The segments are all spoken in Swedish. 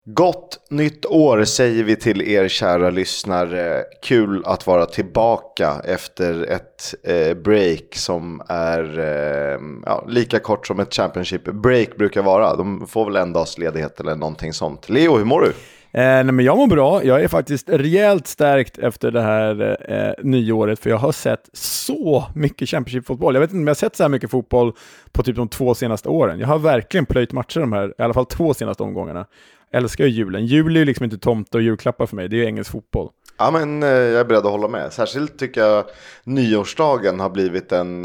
Gott nytt år säger vi till er kära lyssnare. Kul att vara tillbaka efter ett break som är lika kort som ett Championship break brukar vara. De får väl en dags ledighet eller någonting sånt. Leo, hur mår du? Nej, men jag mår bra. Jag är faktiskt rejält stärkt efter det här nyåret, för jag har sett så mycket Championship-fotboll. Jag vet inte om jag har sett så här mycket fotboll på typ de 2 senaste åren. Jag har verkligen plöjt matcher de här, i alla fall 2 senaste omgångarna. Jag älskar ju julen. Jul är ju liksom inte tomte och julklappar för mig. Det är ju engelsk fotboll. Ja, men jag är beredd att hålla med. Särskilt tycker jag nyårsdagen har blivit en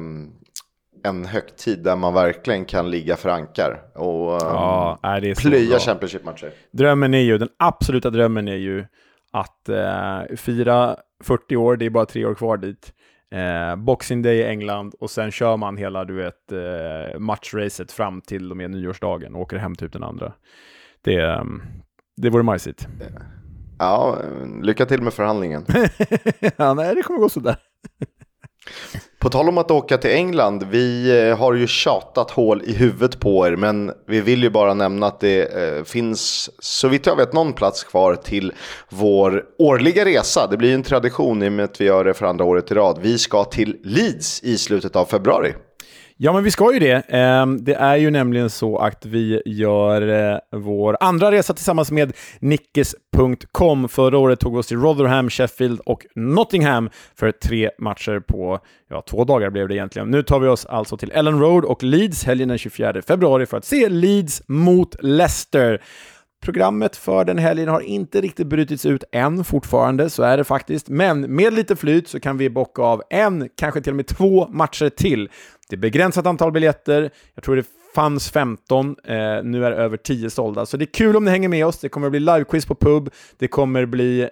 högtid där man verkligen kan ligga för ankar och plöja Championship-matcher. Den absoluta drömmen är ju att fira 40 år, det är bara 3 år kvar dit. Boxing Day i England och sen kör man hela matchracet fram till och med nyårsdagen och åker hem typ den andra. Det vore majsigt. Ja, lycka till med förhandlingen. Ja, nej, det kommer gå sådär. På tal om att åka till England, vi har ju tjatat hål i huvudet på er, men vi vill ju bara nämna att det finns, så vitt jag vet, någon plats kvar till vår årliga resa. Det blir en tradition i och med att vi gör det för andra året i rad. Vi ska till Leeds i slutet av februari. Ja, men vi ska ju det. Det är ju nämligen så att vi gör vår andra resa tillsammans med Nickes.com. Förra året tog vi oss till Rotherham, Sheffield och Nottingham för 3 matcher på 2 dagar blev det egentligen. Nu tar vi oss alltså till Ellen Road och Leeds helgen den 24 februari för att se Leeds mot Leicester. Programmet för den helgen har inte riktigt brutits ut än fortfarande, så är det faktiskt. Men med lite flyt så kan vi bocka av kanske till och med 2 matcher till. Det är begränsat antal biljetter. Jag tror det fanns 15. Nu är det över 10 sålda. Så det är kul om ni hänger med oss. Det kommer bli livequiz på pub. Det kommer bli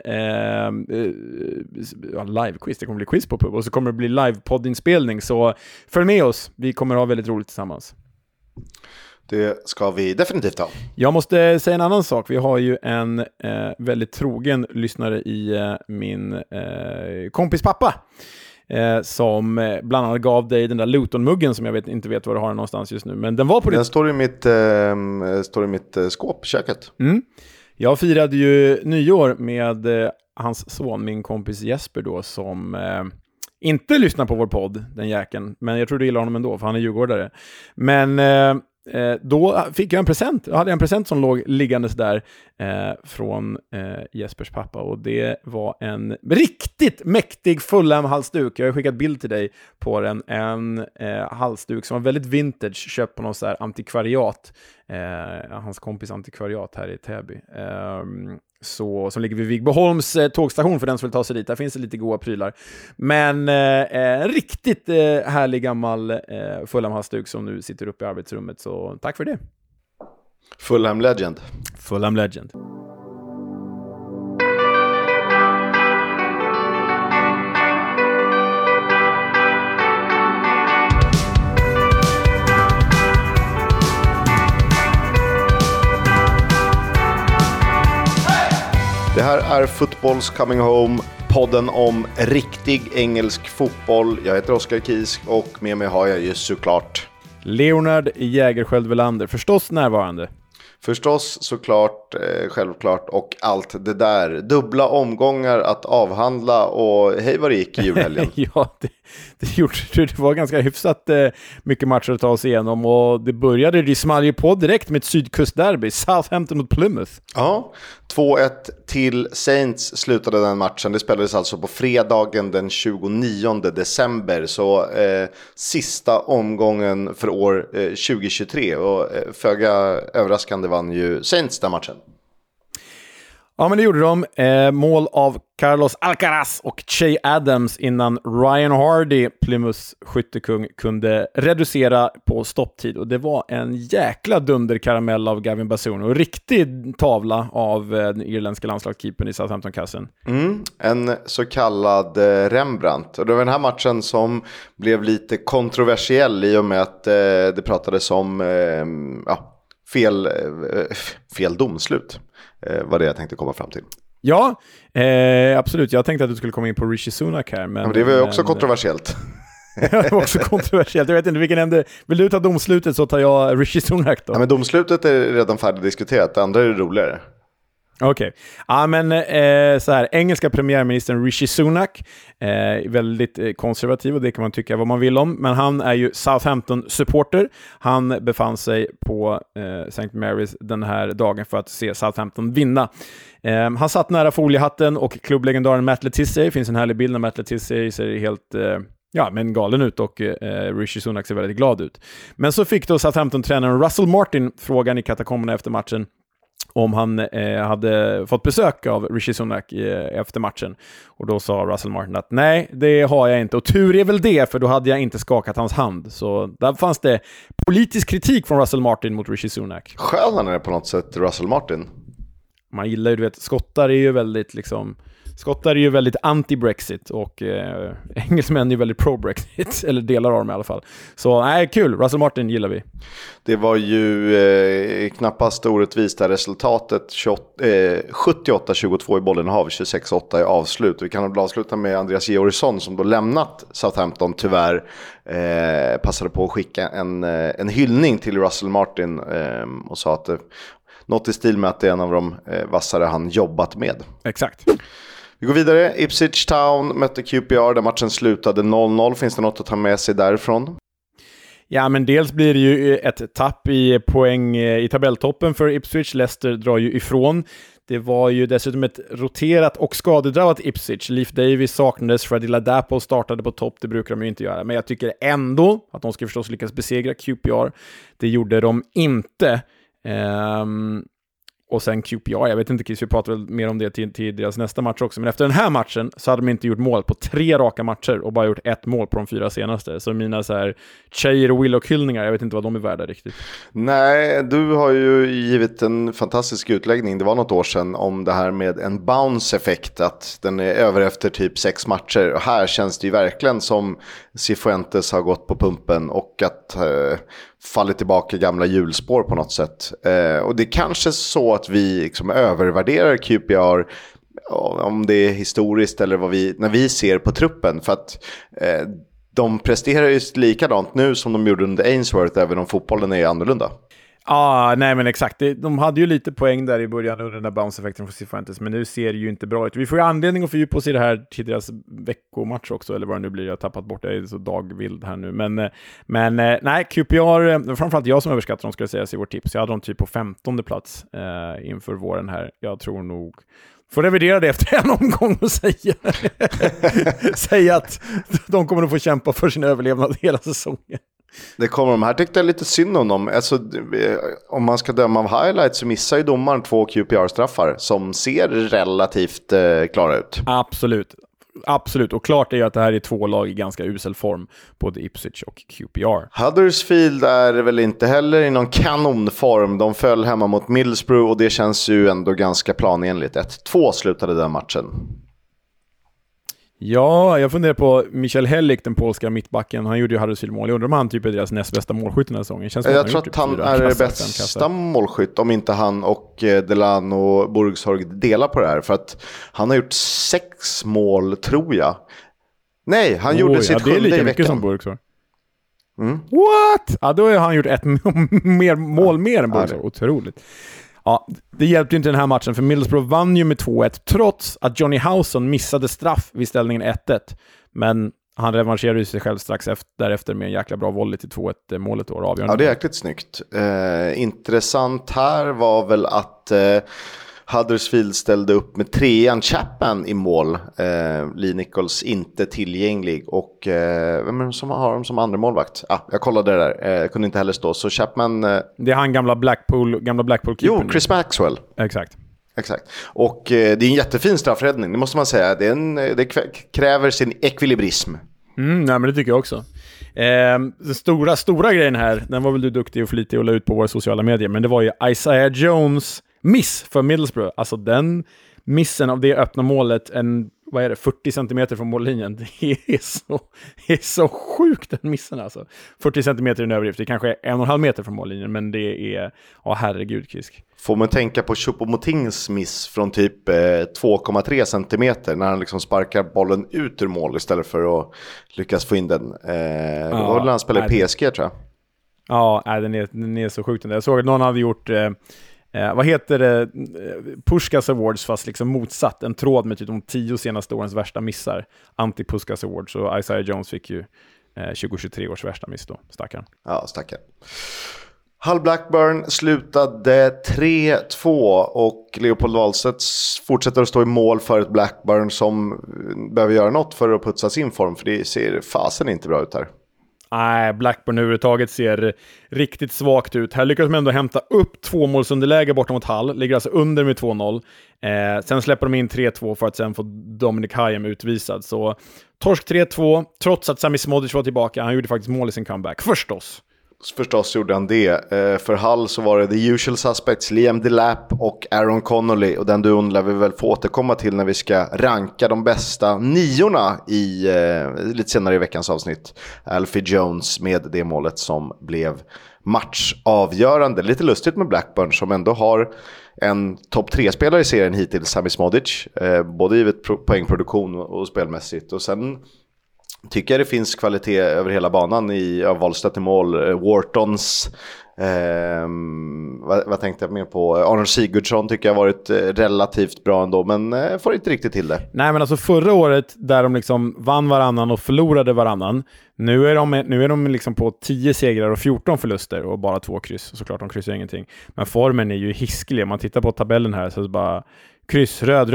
livequiz. Det kommer bli quiz på pub. Och så kommer det bli livepoddinspelning. Så följ med oss. Vi kommer ha väldigt roligt tillsammans. Det ska vi definitivt ha. Jag måste säga en annan sak. Vi har ju en väldigt trogen lyssnare i min kompis pappa. Som bland annat gav dig den där Luton-muggen som jag inte vet var du har den någonstans just nu. Men den var på den står i mitt skåp, köket. Jag firade ju nyår med hans son, min kompis Jesper då, som inte lyssnar på vår podd, den jäkeln. Men jag tror du gillar honom ändå, för han är djurgårdare. Men då fick jag en present. Jag hade en present som låg liggandes där från Jespers pappa, och det var en riktigt mäktig Fulham-halsduk. Jag har skickat bild till dig på den. En halsduk som var väldigt vintage, köpt på någon så här antikvariat. Hans kompis antikvariat här i Täby. Som ligger vid Vigboholms tågstation för den som vill ta sig dit. Där finns det lite goda prylar. Men riktigt härlig gammal Fulham-halsduk som nu sitter uppe i arbetsrummet. Så tack för det. Fulham Legend. Fulham Legend. Det här är Football's Coming Home, podden om riktig engelsk fotboll. Jag heter Oskar Kisk och med mig har jag ju såklart Leonard Jägerskiöld Welander, förstås närvarande. Förstås, såklart, självklart, och allt det där. Dubbla omgångar att avhandla, och hej vad det gick i julhelgen. Ja, det var ganska hyfsat mycket matcher att ta oss igenom, och det small ju på direkt med ett sydkustderby, Southampton mot Plymouth. Ja, 2-1 till Saints slutade den matchen. Det spelades alltså på fredagen den 29 december, så sista omgången för år 2023, och föga överraskande vann ju Saints den matchen. Ja, men det gjorde de. Mål av Carlos Alcaraz och Che Adams innan Ryan Hardy, Plymouths skyttekung, kunde reducera på stopptid. Och det var en jäkla dunderkaramell av Gavin Bazunu. Och riktig tavla av den irländska landslagskeepern i Southampton-kassen. En så kallad Rembrandt. Och det var den här matchen som blev lite kontroversiell i och med att det pratades om fel domslut. Var det jag tänkte komma fram till. Ja, absolut. Jag tänkte att du skulle komma in på Rishi Sunak här. Men det var ju också kontroversiellt. Det var också kontroversiellt. Jag vet inte vilken ände. Vill du ta domslutet så tar jag Rishi Sunak då. Ja, men domslutet är redan färdigdiskuterat. Det andra är roligare. Okej. Ja, men så här. Engelska premiärministern Rishi Sunak väldigt konservativ och det kan man tycka vad man vill om. Men han är ju Southampton-supporter. Han befann sig på St. Mary's den här dagen för att se Southampton vinna. Han satt nära foliehatten och klubblegendaren Matt Letizia. Det finns en härlig bild när Matt Letizia ser helt men galen ut och Rishi Sunak ser väldigt glad ut. Men så fick då Southampton-tränaren Russell Martin frågan i katakomberna efter matchen om han hade fått besök av Rishi Sunak efter matchen. Och då sa Russell Martin att nej, det har jag inte. Och tur är väl det, för då hade jag inte skakat hans hand. Så där fanns det politisk kritik från Russell Martin mot Rishi Sunak. Skön är det på något sätt, Russell Martin. Man gillar ju, du vet, skottar är ju väldigt anti-Brexit och engelsmän är ju väldigt pro-Brexit, eller delar av dem i alla fall. Så nej, kul. Russell Martin gillar vi. Det var ju knappast orättvist där resultatet 78-22 i Bollenhav, 26-8 i avslut. Vi kan väl avsluta med Andreas Georgsson som då lämnat Southampton tyvärr passade på att skicka en hyllning till Russell Martin och sa att något i stil med att det är en av de vassare han jobbat med. Exakt. Vi går vidare. Ipswich Town mötte QPR där matchen slutade 0-0. Finns det något att ta med sig därifrån? Ja, men dels blir det ju ett tapp i poäng i tabelltoppen för Ipswich. Leicester drar ju ifrån. Det var ju dessutom ett roterat och skadedrabbat Ipswich. Leif Davis saknades, Freddie Ladapo startade på topp, det brukar de ju inte göra. Men jag tycker ändå att de ska förstås lyckas besegra QPR. Det gjorde de inte. Och sen QPR, jag vet inte, Chris, vi pratar väl mer om det till deras nästa match också, men efter den här matchen så hade de inte gjort mål på 3 raka matcher och bara gjort 1 mål på de 4 senaste. Så mina så här tjejer och Willock-hyllningar, jag vet inte vad de är värda riktigt. Nej, du har ju givit en fantastisk utläggning, det var något år sedan, om det här med en bounce-effekt, att den är över efter typ 6 matcher. Och här känns det ju verkligen som Cifuentes har gått på pumpen och att fallit tillbaka i gamla hjulspår på något sätt. Och det är kanske så att vi liksom övervärderar QPR, om det är historiskt eller när vi ser på truppen, för att de presterar ju likadant nu som de gjorde under Ainsworth, även om fotbollen är annorlunda. Nej men exakt. De hade ju lite poäng där i början under den där bounce-effekten för Cifuentes, men nu ser det ju inte bra ut. Vi får ju anledning att fördjupa oss i det här till deras veckomatch också, eller vad det nu blir. Jag har tappat bort det, jag är så dagvild här nu. Men nej, QPR, framförallt jag som överskattar dem, skulle jag säga, i vår tips. Jag hade dem typ på 15:e plats inför våren här. Jag tror nog får revidera det efter en omgång och säga att de kommer att få kämpa för sin överlevnad hela säsongen. Det kommer de här, tyckte jag lite synd om dem. Alltså, om man ska döma av highlights så missar ju domaren 2 QPR-straffar som ser relativt klara ut. Absolut, och klart är ju att det här är 2 lag i ganska usel form, både Ipswich och QPR. Huddersfield är väl inte heller i någon kanonform. De föll hemma mot Middlesbrough och det känns ju ändå ganska planenligt. 1-2 slutade den matchen. Ja, jag funderar på Michel Hellick, den polska mittbacken. Han gjorde ju Huddersfield-mål. Jag undrar om han typ är deras näst bästa målskytt den här säsongen. Jag tror att han är det bästa målskytt, om inte han och Delano Burgshorg delar på det här. För att han har gjort 6 mål, tror jag. Nej, han gjorde sitt 7:e i veckan. Det är lika mycket som Burgshorg. What? Ja, då har han gjort 1 mål mer än Burgshorg. Otroligt. Ja, det hjälpte inte den här matchen, för Middlesbrough vann ju med 2-1 trots att Johnny Howson missade straff vid ställningen 1-1. Men han revanscherade sig själv strax därefter med en jäkla bra volley till 2-1 målet då, avgörande. Ja, det är jäkligt snyggt. Intressant här var väl att Huddersfield ställde upp med 3:an Chapman i mål. Lee Nichols inte tillgänglig. Och vem är det som har dem som andra målvakt? Jag kollade det där. Kunde inte heller stå. Så Chapman... Det är han gamla Blackpool-keepern. Jo, Chris Maxwell. Exakt. Och det är en jättefin straffräddning, det måste man säga. Det kräver sin ekvilibrism. Nej, men det tycker jag också. Den stora grejen här, den var väl du duktig och flitig och la ut på våra sociala medier, men det var ju Isaiah Jones miss för Middlesbrough. Alltså den missen av det öppna målet, 40 centimeter från mållinjen. Det är så sjukt den missen alltså. 40 centimeter i en överdrift. Det kanske är 1,5 meter från mållinjen, men det är, herregud Kisk. Får man tänka på Choupo-Motings miss från typ 2,3 centimeter när han liksom sparkar bollen ut ur mål istället för att lyckas få in den. Det var när han spelade i PSG, tror jag. Ja, den är så sjukt. Jag såg att någon hade gjort... vad heter det? Puskas Awards, fast liksom motsatt. En tråd med typ de 10 senaste årens värsta missar. Anti-Puskas Awards. Och Isaiah Jones fick ju 2023 års värsta miss då. Stackaren. Ja, stackaren. Hull Blackburn slutade 3-2 och Leopold Wahlstedt fortsätter att stå i mål för ett Blackburn som behöver göra något för att putsa sin form. För det ser fasen inte bra ut här. Nej, Blackburn överhuvudtaget ser riktigt svagt ut. Här lyckas de ändå hämta upp 2-målsunderläge bortom mot Hull. Ligger alltså under med 2-0. Sen släpper de in 3-2 för att sen få Dominic Hyam utvisad. Så torsk 3-2, trots att Sami Smodic var tillbaka. Han gjorde faktiskt mål i sin comeback. Förstås gjorde han det. För Hull så var det the usual suspects, Liam Delap och Aaron Connolly. Och den duon lär vi väl få återkomma till när vi ska ranka de bästa 9:orna i lite senare i veckans avsnitt. Alfie Jones med det målet som blev matchavgörande. Lite lustigt med Blackburn som ändå har en topp 3-spelare i serien hittills, Sami Smodic. Både givet poängproduktion och spelmässigt. Och sen... tycker jag det finns kvalitet över hela banan i Wahlstedt i mål. Whartons, vad tänkte jag mer på? Arnold Sigurdsson tycker jag har varit relativt bra ändå, men får inte riktigt till det. Nej, men alltså förra året där de liksom vann varannan och förlorade varannan. Nu är de liksom på 10 segrar och 14 förluster och bara 2 kryss. Såklart de kryssar ingenting. Men formen är ju hiskelig. Om man tittar på tabellen här så är det bara kryss, röd.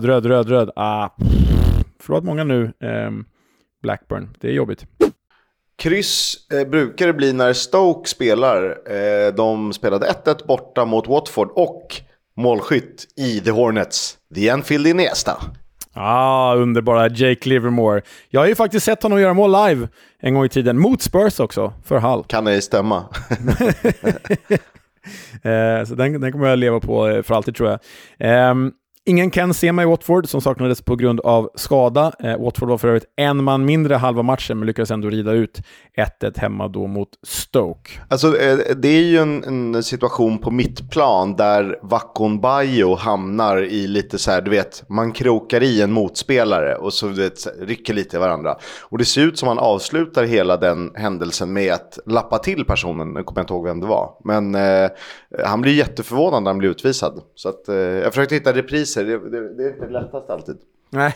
Förlåt många nu. Blackburn, det är jobbigt. Kryss brukar det bli när Stoke spelar. De spelade 1-1 borta mot Watford och målskytt i The Hornets, The Anfield Iniesta. Underbara Jake Livermore. Jag har ju faktiskt sett honom göra mål live en gång i tiden, mot Spurs också, för Hull. Kan ej stämma. Så den kommer jag leva på för alltid, tror jag. Ingen Ken Sema i Watford som saknades på grund av skada. Watford var för övrigt en man mindre halva matchen men lyckades ändå rida ut 1-1 hemma då mot Stoke. Alltså det är ju en situation på mittplan där Vakon Bayo hamnar i lite så här, du vet, man krokar i en motspelare och så rycker lite i varandra. Och det ser ut som han avslutar hela den händelsen med att lappa till personen. Jag kommer inte ihåg vem det var. Men han blir jätteförvånad när han blir utvisad. Så att, jag försökte hitta repriser. Det är inte det lättaste alltid. Nej.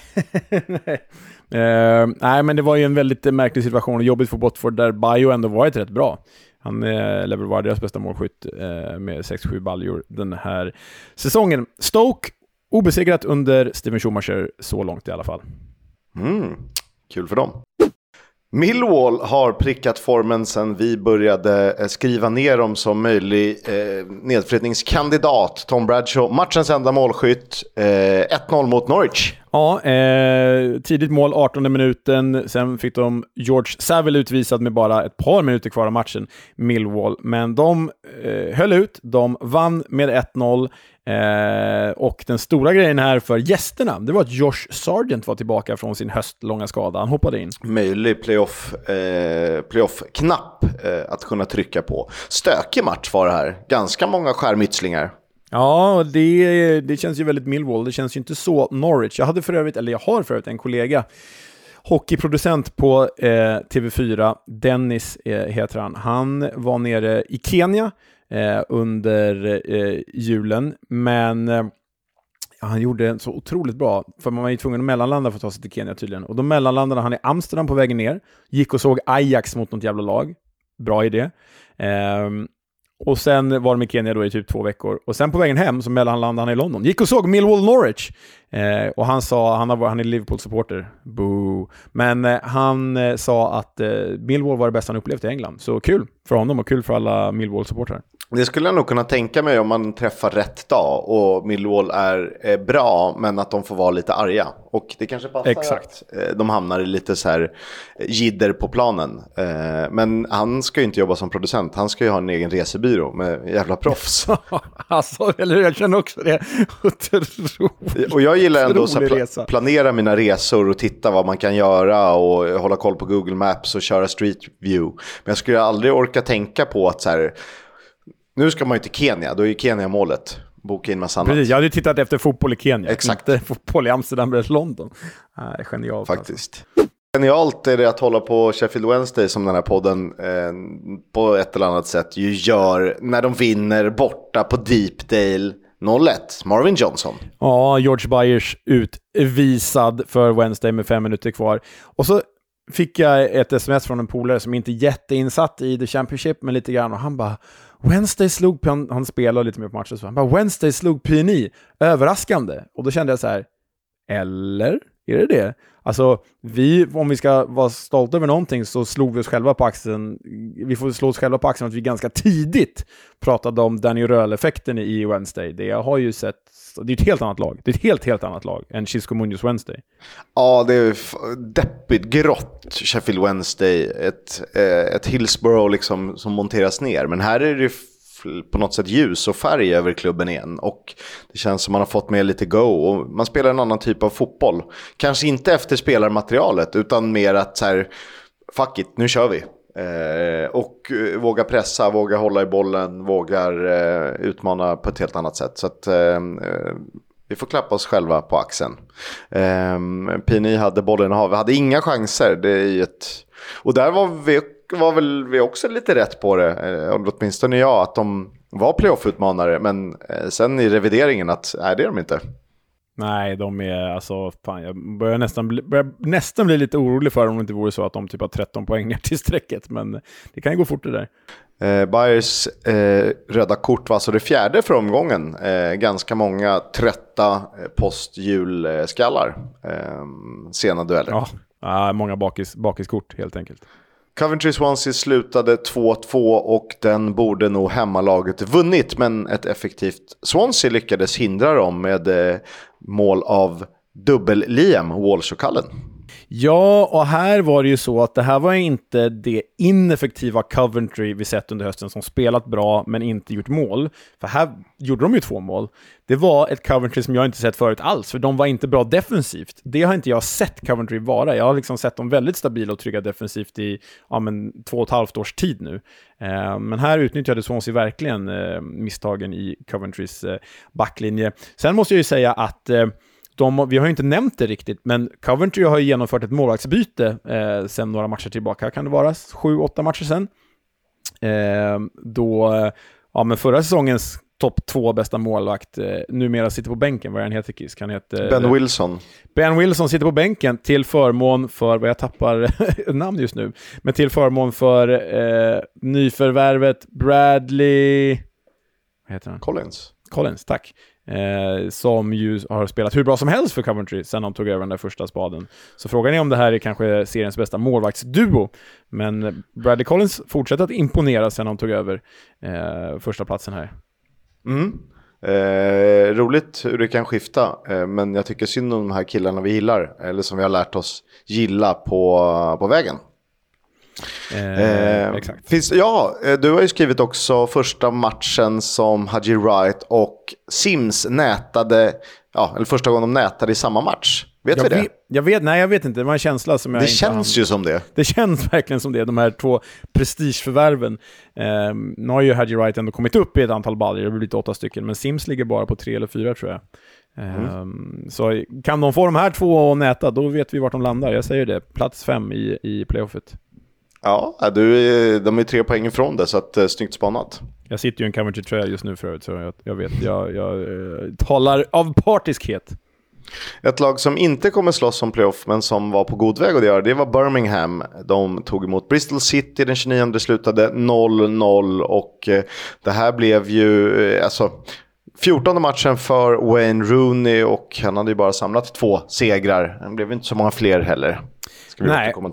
Nej, men det var ju en väldigt märklig situation och jobbigt för Watford där Bayo ändå varit rätt bra. Han lever var deras bästa målskytt med 6-7 baljor den här säsongen. Stoke obesegrat under Steven Schumacher så långt i alla fall. Kul för dem. Millwall har prickat formen sen vi började skriva ner dem som möjlig nedflyttningskandidat. Tom Bradshaw, matchens enda målskytt, 1-0 mot Norwich. Ja, tidigt mål, 18 minuten. Sen fick de George Saville utvisad med bara ett par minuter kvar av matchen, Millwall. Men de höll ut, de vann med 1-0. Och den stora grejen här för gästerna, det var att Josh Sargent var tillbaka från sin höstlånga skada. Han hoppade in. Möjlig playoff-knapp att kunna trycka på. Stökig match var det här. Ganska många skärmytslingar. Ja, det känns ju väldigt Millwall. Det känns ju inte så Norwich. Jag har för övrigt en kollega, hockeyproducent på TV4, Dennis heter han. Han var nere i Kenya under julen, men han gjorde så otroligt bra, för man var ju tvungen att mellanlanda för att ta sig till Kenya tydligen. Och då mellanlandade han i Amsterdam på vägen ner, gick och såg Ajax mot något jävla lag. Bra idé. Och sen var de i Kenya då i typ 2 veckor. Och sen på vägen hem så mellanlandade han i London. Gick och såg Millwall Norwich. Och han sa, han är Liverpool-supporter. Boo. Men han sa att Millwall var det bästa han upplevt i England. Så kul för honom och kul för alla Millwall-supportrar. Det skulle jag nog kunna tänka mig om man träffar rätt dag och Millwall är bra, men att de får vara lite arga. Och det kanske passar att de hamnar i lite så här jidder på planen. Men han ska ju inte jobba som producent, han ska ju ha en egen resebyrå med jävla proffs. Alltså, eller jag känner också det. Och jag gillar ändå att planera mina resor och titta vad man kan göra och hålla koll på Google Maps och köra Street View. Men jag skulle aldrig orka tänka på att så här, nu ska man ju till Kenya, då är ju Kenya målet. Boka in massa annat. Precis, jag hade ju tittat efter fotboll i Kenya. Exakt. Inte fotboll i Amsterdam eller London. Genialt. Faktiskt. Alltså. Genialt är det att hålla på Sheffield Wednesday som den här podden på ett eller annat sätt ju gör när de vinner borta på Deepdale 0-1. Marvin Johnson. Ja, George Byers utvisad för Wednesday med 5 minuter kvar. Och så fick jag ett sms från en polare som inte är jätteinsatt i The Championship, men lite grann, och han bara, Wednesday slog, han spelar lite mer på matcher, så han bara, Wednesday slog PNI, överraskande. Och då kände jag så här, eller? Är det? Alltså, om vi ska vara stolta över någonting så slog vi oss själva på axeln. Vi får slå oss själva på axeln att vi ganska tidigt pratade om Danny Röhl-effekten i Wednesday. Det jag har ju sett, det är ett helt annat lag. Det är ett helt annat lag än Xisco Munoz Wednesday. Ja, det är deppigt, grått Sheffield Wednesday. Ett Hillsborough liksom som monteras ner. Men här är det på något sätt ljus och färg över klubben igen. Och det känns som man har fått med lite go. Och man spelar en annan typ av fotboll. Kanske inte efter spelarmaterialet, utan mer att så här, fuck it, nu kör vi. Och våga pressa, våga hålla i bollen, vågar utmana på ett helt annat sätt. Så att vi får klappa oss själva på axeln. PNI hade bollen av, vi hade inga chanser. Det är och där var väl vi också lite rätt på det, åtminstone jag, att de var playoff-utmanare, men sen i revideringen att nej, det är de inte. Nej, de är alltså, fan, jag börjar nästan bli lite orolig för om det inte vore så att de typ har 13 poäng ner till strecket, men det kan ju gå fort det där. Byers röda kort var alltså det 4:e för omgången. Ganska många trötta postjulskallar, sena dueller. Ja, många bakiskort helt enkelt. Coventry Swansea slutade 2-2 och den borde nog hemmalaget vunnit, men ett effektivt Swansea lyckades hindra dem med mål av dubbel-Liam, Walsh och Cullen. Ja, och här var det ju så att det här var inte det ineffektiva Coventry vi sett under hösten som spelat bra men inte gjort mål. För här gjorde de ju 2 mål. Det var ett Coventry som jag inte sett förut alls, för de var inte bra defensivt. Det har inte jag sett Coventry vara. Jag har liksom sett dem väldigt stabila och trygga defensivt i 2,5 års tid nu. Men här utnyttjade Swansea verkligen misstagen i Coventrys backlinje. Sen måste jag ju säga att vi har ju inte nämnt det riktigt, men Coventry har ju genomfört ett målvaktsbyte sen några matcher tillbaka. Kan det vara 7-8 matcher sen? Men förra säsongens topp 2 bästa målvakt numera sitter på bänken. Vad är han heter, Kisk? Han heter Ben Wilson. Ben Wilson sitter på bänken till förmån för, vad jag tappar namn just nu, men till förmån för nyförvärvet Bradley, vad heter han? Collins, tack. Som ju har spelat hur bra som helst för Coventry sen de tog över den där första spaden. Så frågan är om det här är kanske seriens bästa målvaktsduo. Men Bradley Collins fortsätter att imponera sen de tog över första platsen här. Roligt hur det kan skifta, men jag tycker synd om de här killarna vi gillar, eller som vi har lärt oss gilla på vägen. Exakt. Du har ju skrivit också första matchen som Haji Wright och Sims nätade, eller första gången de nätade i samma match. Vet vi det? Jag vet inte. Det var en känsla som jag det känns ju som det. Det känns verkligen som det. De här 2 prestigeförvärven. Nu har ju Haji Wright ändå kommit upp i ett antal baller. Det blir lite 8 stycken. Men Sims ligger bara på 3 eller 4 tror jag. Så kan de få de här 2 och näta, då vet vi vart de landar. Jag säger det. Plats 5 i playoffet. Ja, de är 3 poäng ifrån det, så att snyggt spanat. Jag sitter ju i en Coventry-tröja just nu förut, så jag vet. Jag talar av partiskhet. Ett lag som inte kommer slåss om playoff, men som var på god väg att göra, det var Birmingham. De tog emot Bristol City den 29, det slutade 0-0 och det här blev ju 14:e matchen för Wayne Rooney, och han hade ju bara samlat 2 segrar. Det blev inte så många fler heller. Ska vi komma till.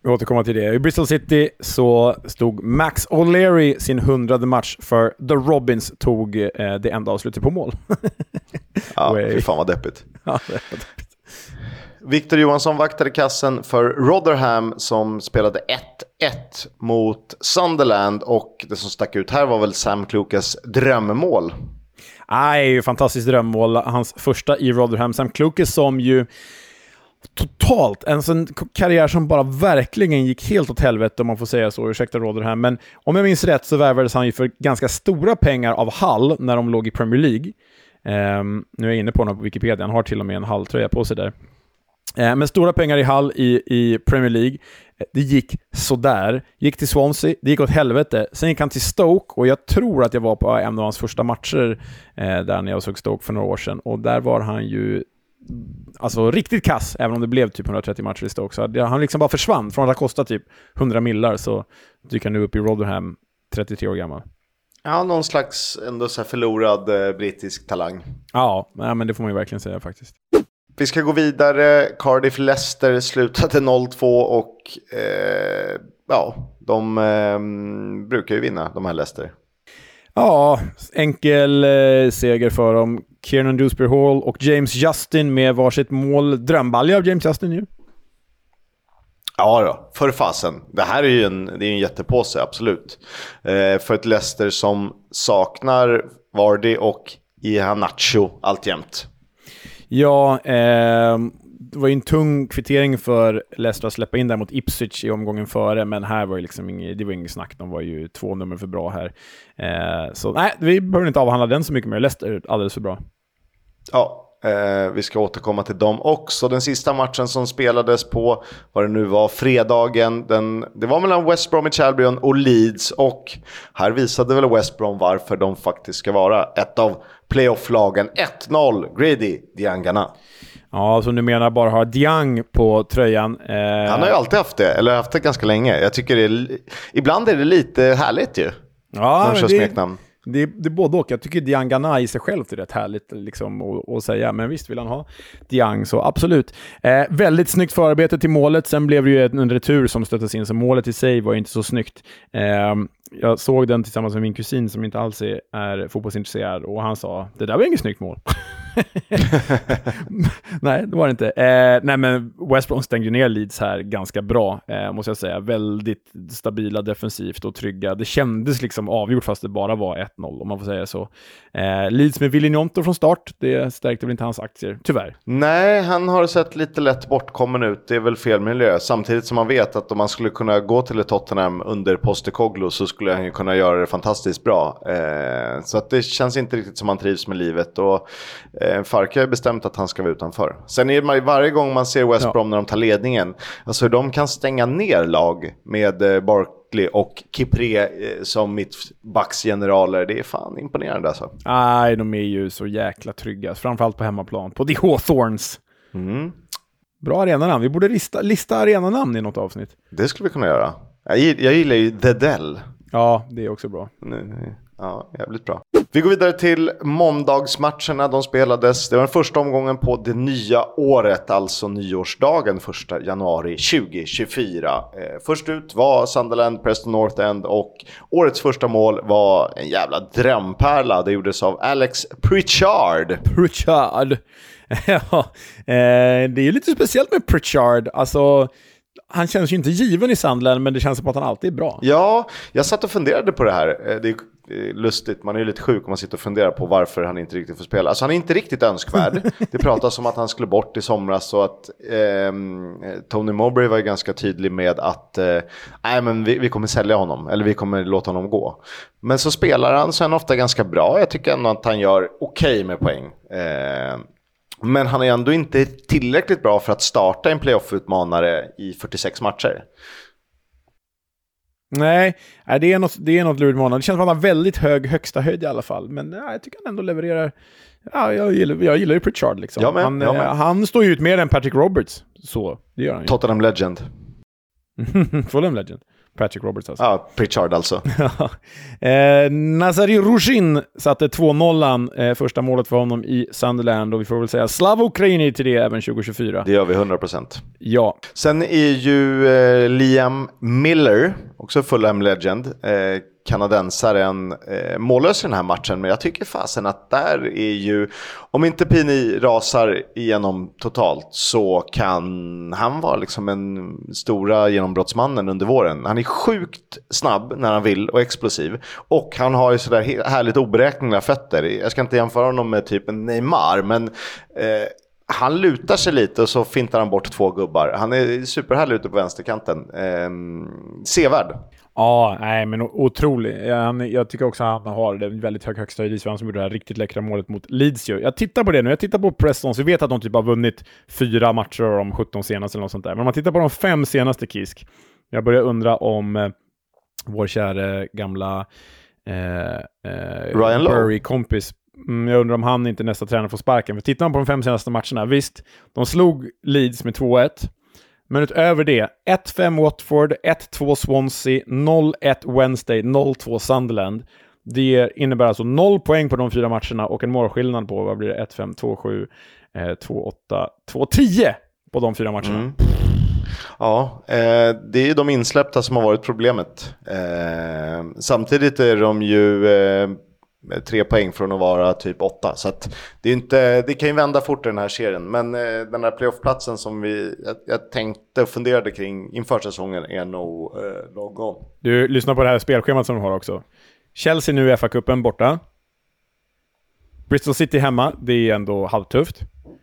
Vi återkommer till det. I Bristol City så stod Max O'Leary sin 100:e match för The Robins, tog det enda avslutet på mål. Ja, fy fan vad deppigt. Ja, det var deppigt. Victor Johansson vaktade kassen för Rotherham som spelade 1-1 mot Sunderland, och det som stack ut här var väl Sam Klukas drömmål. Nej, fantastiskt drömmål. Hans första i Rotherham. Sam Klukas som ju totalt, en sån karriär som bara verkligen gick helt åt helvete, om man får säga så, ursäkta Rotherham, men om jag minns rätt så värvades han ju för ganska stora pengar av Hull när de låg i Premier League. Nu är jag inne på honom på Wikipedia, han har till och med en Hull-tröja på sig där. Men stora pengar i Hull i Premier League. Det gick sådär. Gick till Swansea, det gick åt helvete. Sen gick han till Stoke, och jag tror att jag var på en av hans första matcher där när jag såg Stoke för några år sedan. Och där var han ju alltså riktigt kass, även om det blev typ 130 matcher i Stoke. Så han liksom bara försvann. Från att ha kostat typ 100 millar så dyker han nu upp i Rotherham, 33 år gammal. Ja, någon slags ändå så här förlorad brittisk talang. Ja, men det får man ju verkligen säga faktiskt. Vi ska gå vidare. Cardiff Leicester slutade 0-2 och de brukar ju vinna, de här Leicester. Ja, enkel seger för dem. Kiernan Dewsbury-Hall och James Justin med varsitt mål. Drömbalja av James Justin ju. Ja då, för fasen. Det här är ju en jättepåse, absolut. För ett Leicester som saknar Vardy och Iheanacho alltjämt. Ja, det var ju en tung kvittering för Leicester att släppa in där mot Ipswich i omgången före, men här var ju liksom inget snack. De var ju 2 nummer för bra här. Så nej, vi behöver inte avhandla den så mycket mer. Leicester är alldeles för bra. Ja, vi ska återkomma till dem också. Den sista matchen som spelades på, vad det nu var, fredagen, det var mellan West Bromwich Albion och Leeds, och här visade väl West Brom varför de faktiskt ska vara ett av playoff-lagen. 1-0, Grady Diangana. Ja, så du menar bara ha Diang på tröjan. Han har ju alltid haft det, eller haft det ganska länge. Jag tycker ibland är det lite härligt ju. Ja, det är både och. Jag tycker Diangana i sig själv är rätt härligt liksom, att säga. Men visst vill han ha Diang, så absolut. Väldigt snyggt förarbete till målet. Sen blev det ju en retur som stöttes in, så målet i sig var inte så snyggt. Jag såg den tillsammans med min kusin som inte alls är fotbollsintresserad, och han sa, det där var inget snyggt mål. Nej, det var det inte. Nej, men West Brom stängde ner Leeds här ganska bra, måste jag säga. Väldigt stabila defensivt och trygga. Det kändes liksom avgjort fast det bara var 1-0, om man får säga så. Leeds med Willy Gnonto från start, det stärkte väl inte hans aktier, tyvärr. Nej, han har sett lite lätt bortkommen ut. Det är väl fel miljö. Samtidigt som man vet att om man skulle kunna gå till ett Tottenham under Postecoglou så skulle han ju kunna göra det fantastiskt bra. Så att det känns inte riktigt som han trivs med livet, och Farke har bestämt att han ska vara utanför. Sen är det varje gång man ser West Brom när de tar ledningen, alltså de kan stänga ner lag med Barkley och Kipré som mittbacksgeneraler. Det är fan imponerande alltså. Nej, de är ju så jäkla trygga, framförallt på hemmaplan, på The Hawthorns. Bra arenanamn. Vi borde lista arenanamn i något avsnitt. Det skulle vi kunna göra. Jag gillar ju The Dell. Ja, det är också bra. Ja, jävligt bra. Vi går vidare till måndagsmatcherna. De spelades. Det var den första omgången på det nya året, alltså nyårsdagen 1 januari 2024. Först ut var Sunderland, Preston North End, och årets första mål var en jävla drömpärla. Det gjordes av Alex Pritchard. Ja, det är ju lite speciellt med Pritchard. Alltså, han känns ju inte given i Sunderland, men det känns som att han alltid är bra. Ja, jag satt och funderade på det här. Det är lustigt, man är ju lite sjuk om man sitter och funderar på varför han inte riktigt får spela. Alltså han är inte riktigt önskvärd. Det pratas om att han skulle bort i somras, så att Tony Mowbray var ju ganska tydlig med att men vi kommer sälja honom, eller vi kommer låta honom gå. Men så spelar han sen ofta ganska bra. Jag tycker ändå att han gör okej med poäng. Men han är ändå inte tillräckligt bra för att starta en playoff-utmanare i 46 matcher. Nej, det är något lurigt månad. Det känns som att han har väldigt hög högsta höjd i alla fall. Men jag tycker han ändå levererar. Ja, jag gillar ju Pritchard liksom. Han står ju ut mer än Patrick Roberts. Så, det gör han ju. Tottenham Legend. Fulham Legend. Patrick Roberts alltså. Ja, Pritchard alltså. Nazari Rushin satte 2-0 första målet för honom i Sunderland, och vi får väl säga Slava Ukraini till det även 2024. Det gör vi 100%. Ja. Sen är ju Liam Miller, också Fulham legend, kanadensaren, mållös i den här matchen, men jag tycker fasen att där är ju, om inte Pini rasar igenom totalt, så kan han vara liksom en stora genombrottsmannen under våren. Han är sjukt snabb när han vill och explosiv, och han har ju sådär härligt oberäkneliga fötter. Jag ska inte jämföra honom med typ en Neymar, men han lutar sig lite och så fintar han bort 2 gubbar. Han är superhärlig ute på vänsterkanten. Sevärd. Ja, nej, men otrolig. Jag tycker också att han har en väldigt hög högsta höjd, som gjorde det här riktigt läckra målet mot Leeds. Jag tittar på det nu. Jag tittar på Preston, så vi vet att de typ har vunnit 4 matcher av de 17 senaste eller något sånt där. Men om man tittar på de 5 senaste, Kisk, jag börjar undra om vår kära gamla Ryan Lowe, Bury-kompis. Jag undrar om han inte nästa tränare får sparken. För tittar man på de 5 senaste matcherna, visst, de slog Leeds med 2-1. Men utöver det, 1-5 Watford, 1-2 Swansea, 0-1 Wednesday, 0-2 Sunderland. Det innebär alltså 0 poäng på de 4 matcherna och en målskillnad på, vad blir det, 1-5, 2-7, 2-8, 2-10 på de 4 matcherna. Mm. Ja, det är ju de insläppta som har varit problemet. Samtidigt är de ju 3 poäng från att vara typ 8. Så att det kan ju vända fort i den här serien. Men den här playoffplatsen som jag tänkte och funderade kring inför säsongen är nog långt. Du lyssnar på det här spelschemat som de har också. Chelsea nu i FA-cupen borta. Bristol City hemma, det är ändå halvtufft.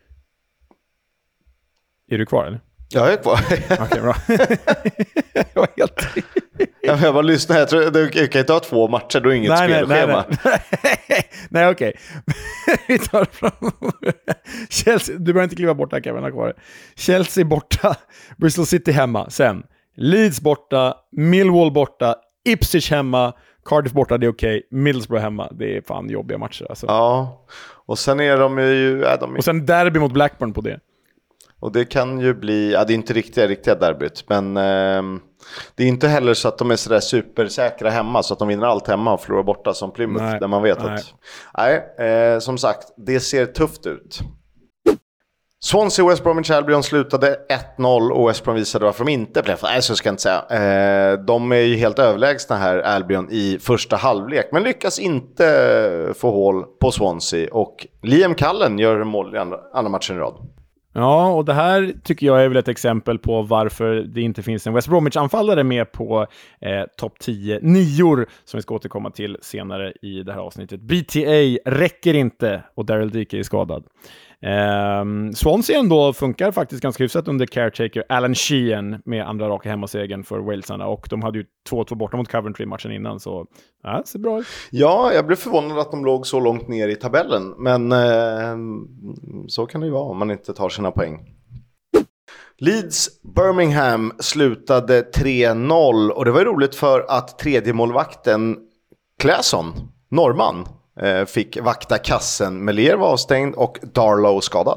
Är du kvar eller? Jag är kvar. Okej, bra. Jag var helt... Jag bara lyssnar. Jag tror du kan inte ha 2 matcher, då är inget spelschema. Nej, okej. Vi tar fram Chelsea. Du behöver inte kliva bort där, Kevin, har kvar. Chelsea borta, Bristol City hemma. Sen Leeds borta, Millwall borta, Ipswich hemma, Cardiff borta, det är okej. Middlesbrough hemma, det är fan jobbiga matcher alltså. Ja, och sen är de ju... Och sen derby mot Blackburn på det. Och det kan ju bli, det är inte riktiga derbyt, men det är inte heller så att de är sådär supersäkra hemma, så att de vinner allt hemma och förlorar borta som Plymouth, där man vet att som sagt, det ser tufft ut. Swansea och West Bromwich Albion slutade 1-0 och West Brom visade varför de inte blev. Nej, så ska jag inte säga. De är ju helt överlägsna här, Albion, i första halvlek, men lyckas inte få hål på Swansea, och Liam Cullen gör mål i andra matchen i rad. Ja, och det här tycker jag är väl ett exempel på varför det inte finns en West Bromwich-anfallare med på topp 10 nior som vi ska återkomma till senare i det här avsnittet. BTA räcker inte och Daryl Dike är skadad. Swansea ändå funkar faktiskt ganska hyfsat under caretaker Alan Sheehan med andra raka hemmasegern för Walesarna, och de hade ju 2-2 borta mot Coventry matchen innan, så ja, ser bra ut. Ja, jag blev förvånad att de låg så långt ner i tabellen, men så kan det ju vara om man inte tar sina poäng. Leeds Birmingham slutade 3-0, och det var roligt för att tredje målvakten Claesson, norrman, fick vakta kassen. Melier var avstängd och Darlow skadad.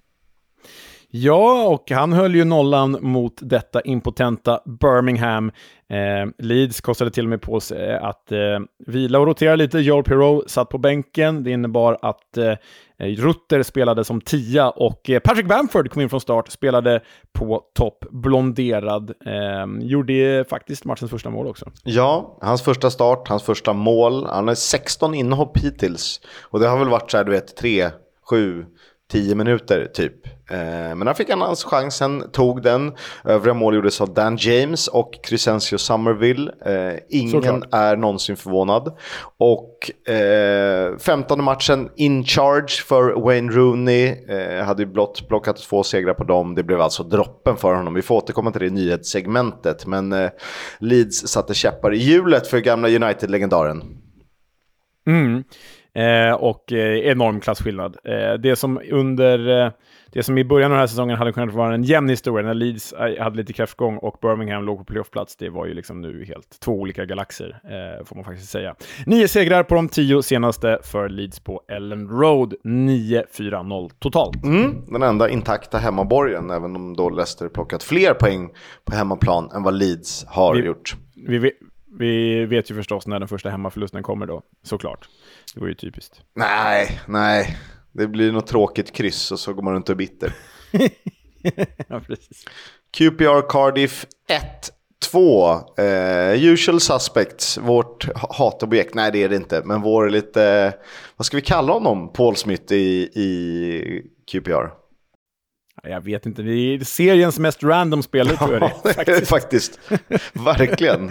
Ja, och han höll ju nollan mot detta impotenta Birmingham. Leeds kostade till och med på sig att vila och rotera lite. Joel Pirou satt på bänken. Det innebar att Rutter spelade som 10 och Patrick Bamford kom in från start, spelade på topp, blonderad. Gjorde faktiskt matchens första mål också. Ja, hans första start, hans första mål. Han har 16 inhopp hittills. Och det har väl varit så här, du vet, 3, 7, 10 minuter typ. Men han fick hans chansen, tog den. Övriga mål gjordes av Dan James och Crescencio Somerville. Ingen är någonsin förvånad. Och 15:e matchen in charge för Wayne Rooney. Hade ju blockat 2 segrar på dem. Det blev alltså droppen för honom. Vi får återkomma till det i nyhetssegmentet. Men Leeds satte käppar i hjulet för gamla United-legendaren. och enorm klassskillnad. Det som i början av den här säsongen hade kunnat vara en jämn historia när Leeds hade lite kräftgång och Birmingham låg på playoffplats, det var ju liksom nu helt två olika galaxer, får man faktiskt säga. 9 segrar på de 10 senaste för Leeds på Ellen Road, 9-4-0 totalt. Den enda intakta hemmaborgen, även om då Leicester plockat fler poäng på hemmaplan än vad Leeds har gjort. Vi vet ju förstås när den första hemmaförlusten kommer då, såklart. Det var ju typiskt. Nej. Det blir något tråkigt kryss och så går man runt och bitter. Ja, precis. QPR Cardiff 1-2. Usual suspects, vårt hatobjekt. Nej, det är det inte. Men vår lite, vad ska vi kalla honom? Paul Smith i QPR. Jag vet inte, det är seriens mest random spelare, tror jag det är. Faktiskt. Verkligen.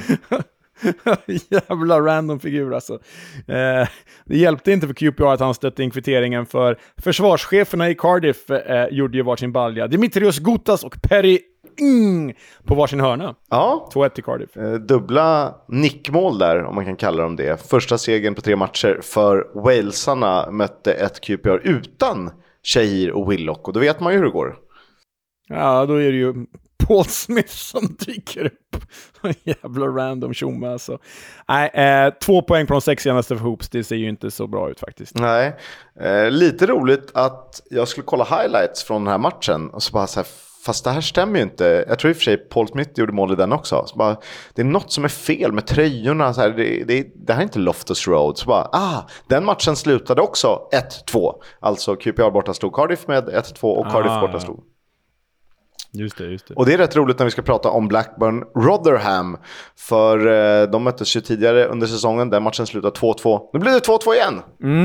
Jävla random figur alltså. Det hjälpte inte för QPR att han stötte in kvitteringen, för försvarscheferna i Cardiff gjorde ju varsin balja. Dimitrios Gutas och Perry på varsin hörna. Ja. 2-1 till Cardiff. Dubbla nickmål där, om man kan kalla dem det. Första segern på 3 matcher för Walesarna mötte ett QPR utan Shahir och Willock, och då vet man ju hur det går. Ja, då är det ju Paul Smith som dyker upp. Jävla random tjomme alltså. Nej, 2 poäng på de 6 senaste för Hoops, det ser ju inte så bra ut faktiskt. Nej, lite roligt att jag skulle kolla highlights från den här matchen och så bara så här, fast det här stämmer ju inte. Jag tror i och för sig Paul Smith gjorde mål i den också. Så bara, det är något som är fel med tröjorna. Så här, det här är inte Loftus Road. Så bara, den matchen slutade också 1-2. Alltså QPR borta stod Cardiff med 1-2 och Cardiff borta stod. Just det. Och det är rätt roligt när vi ska prata om Blackburn Rotherham. För de möttes ju tidigare under säsongen. Den matchen slutade 2-2. Nu blir det 2-2 igen.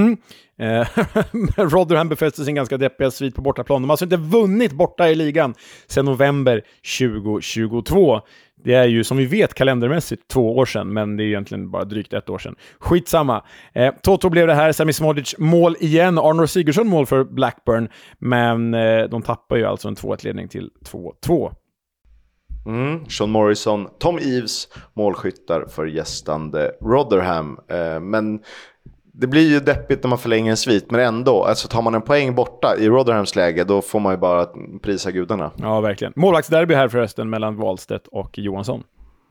Rotherham befäste sin ganska deppiga svit på bortaplan. De har alltså inte vunnit borta i ligan sedan november 2022. Det är ju som vi vet kalendermässigt 2 år sedan, men det är egentligen bara drygt 1 år sedan. Skitsamma. Toto blev det här. Sami Smodic mål igen. Arnor Sigurdsson mål för Blackburn. Men de tappar ju alltså en 2-1-ledning till 2-2. Sean Morrison, Tom Eves målskyttar för gästande Rotherham. Men det blir ju deppigt när man förlänger en svit, men ändå, alltså tar man en poäng borta i Rotherhams läge, då får man ju bara prisa gudarna. Ja, verkligen. Målvaktsderby här förresten mellan Wahlstedt och Johansson.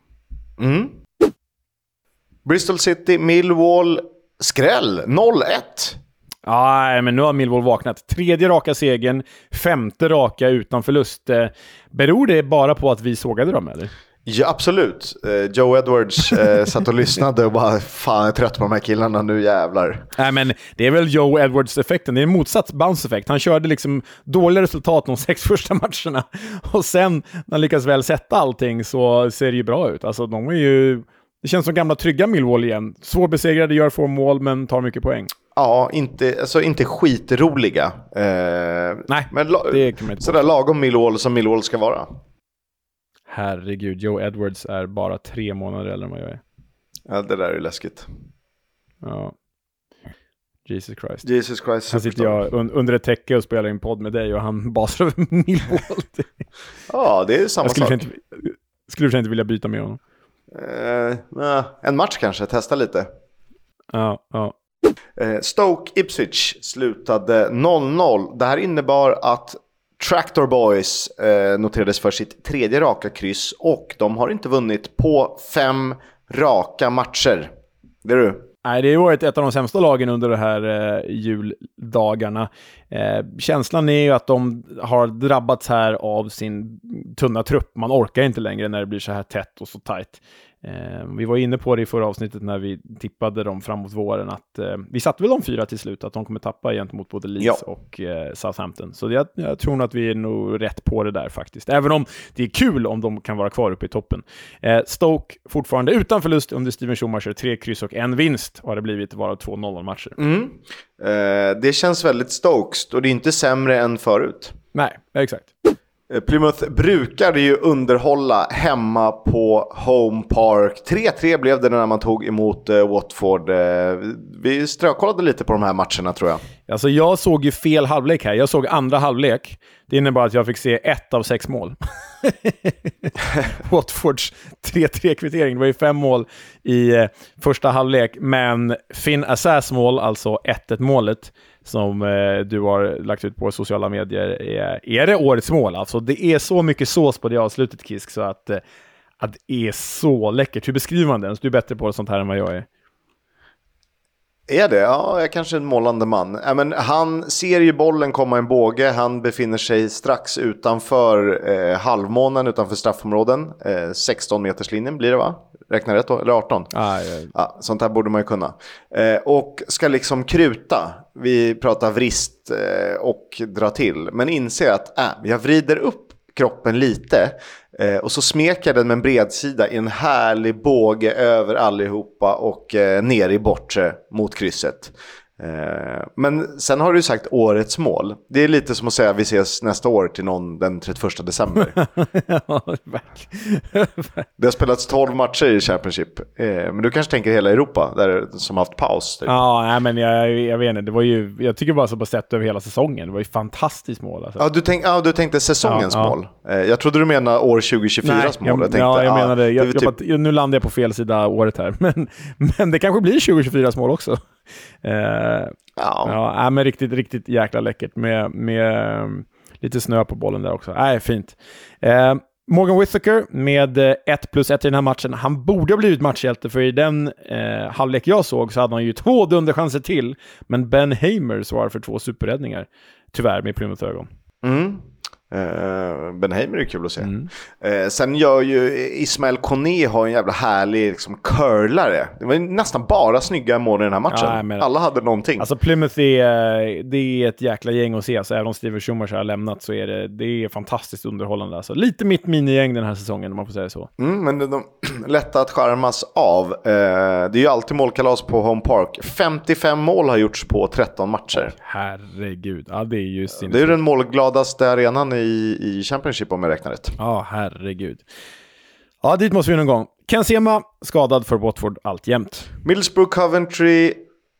Bristol City, Millwall, skräll, 0-1. Ja, men nu har Millwall vaknat. 3:e raka segern, 5:e raka utan förlust. Beror det bara på att vi sågade dem, eller? Ja, absolut. Joe Edwards satt och lyssnade och bara, fan, jag är trött på de här killarna nu, jävlar. Nej, men det är väl Joe Edwards-effekten. Det är en motsatt bounce-effekt. Han körde liksom dåliga resultat de 6 första matcherna. Och sen, när han lyckas väl sätta allting, så ser det ju bra ut. Alltså, de är ju... Det känns som gamla trygga Millwall igen. Svårbesegrade, gör få mål, men tar mycket poäng. Ja, inte skitroliga. Nej, men det kan man inte sådär lagom Millwall som Millwall ska vara. Herregud, Joe Edwards är bara 3 månader äldre än vad jag är. Ja, det där är läskigt. Ja. Jesus Christ. Här sitter jag under ett täcke och spelar in podd med dig och han basar över Millwall. Ja, det är samma sak. Skulle du inte vilja byta med honom? En match kanske, testa lite. Ja. Stoke Ipswich slutade 0-0. Det här innebar att Tractor Boys noterades för sitt 3:e raka kryss, och de har inte vunnit på 5 raka matcher. Det är du. Nej, det har varit ett av de sämsta lagen under de här juldagarna. Känslan är ju att de har drabbats här av sin tunna trupp. Man orkar inte längre när det blir så här tätt och så tajt. Vi var inne på det i förra avsnittet när vi tippade dem framåt våren, att vi satte väl de 4 till slut, att de kommer tappa gentemot både Leeds och Southampton. Så jag tror nog att vi är nog rätt på det där faktiskt. Även om det är kul om de kan vara kvar uppe i toppen. Stoke fortfarande utan förlust under Steven Schumacher. 3 kryss och 1 vinst har det blivit, varav 2 0-matcher. Det känns väldigt Stokes, och det är inte sämre än förut. Nej, exakt. Plymouth brukade ju underhålla hemma på Home Park. 3-3 blev det när man tog emot Watford. Vi strökollade lite på de här matcherna, tror jag. Alltså jag såg ju fel halvlek här. Jag såg andra halvlek. Det innebar att jag fick se 1 av 6 mål. Watfords 3-3-kvittering. Det var ju 5 mål i första halvlek. Men Finn Assas mål, alltså 1-1 målet, som du har lagt ut på sociala medier, är det årets mål. Alltså det är så mycket sås på det avslutet, Kisk, så att det är så läckert. Hur beskriver man den? Så du är bättre på sånt här än vad jag är. Är det? Ja, jag är kanske en målande man. Men han ser ju bollen komma en båge. Han befinner sig strax utanför halvmånen, utanför straffområden. 16 meters linjen blir det, va? Räknar rätt då? Eller 18? Ja, sånt här borde man ju kunna. Och ska liksom kruta. Vi pratar vrist och dra till. Men inser att jag vrider upp kroppen lite. Och så smeker den med en bredsida i en härlig båge över allihopa och ner i bortre mot krysset. Men sen har du sagt årets mål. Det är lite som att säga vi ses nästa år till någon den 31 december. Det har spelats 12 matcher i Championship. Men du kanske tänker hela Europa där, som haft paus. Typ. Ja, nej, men jag vet inte. Det var ju, jag tycker bara så på sett över hela säsongen. Det var ju fantastiskt mål. Alltså. Du tänkte säsongens mål. Jag trodde du menade år 2024s mål. Jag menade, nu landar jag på fel sida året här. Men det kanske blir 2024s mål också. Men riktigt, riktigt jäkla läckert med lite snö på bollen där också. Fint. Morgan Whittaker med 1+1 i den här matchen. Han borde ha blivit matchhjälte, för i den halvlek jag såg så hade han ju 2 dunderchanser till, men Ben Hamer svarar för 2 superräddningar, tyvärr, med Plymouth ögon. Ben Hamer är kul att se. Sen gör ju Ismael Koné har en jävla härlig liksom curlare. Det var nästan bara snygga mål i den här matchen. Alla hade någonting. Alltså Plymouth det är ett jäkla gäng att se. Så även om Steven Schumacher har lämnat så är det är fantastiskt underhållande. Alltså, lite mitt minigäng den här säsongen, om man får säga så. Men de lätta att skärmas av. Det är ju alltid målkalas på Home Park. 55 mål har gjorts på 13 matcher. Herregud. Ja, det är ju det är ju den målgladaste arenan i Championship, om jag räknar rätt. Ja, herregud. Ja, dit måste vi någon gång. Ken Sema skadad för Watford alltjämt. Middlesbrough Coventry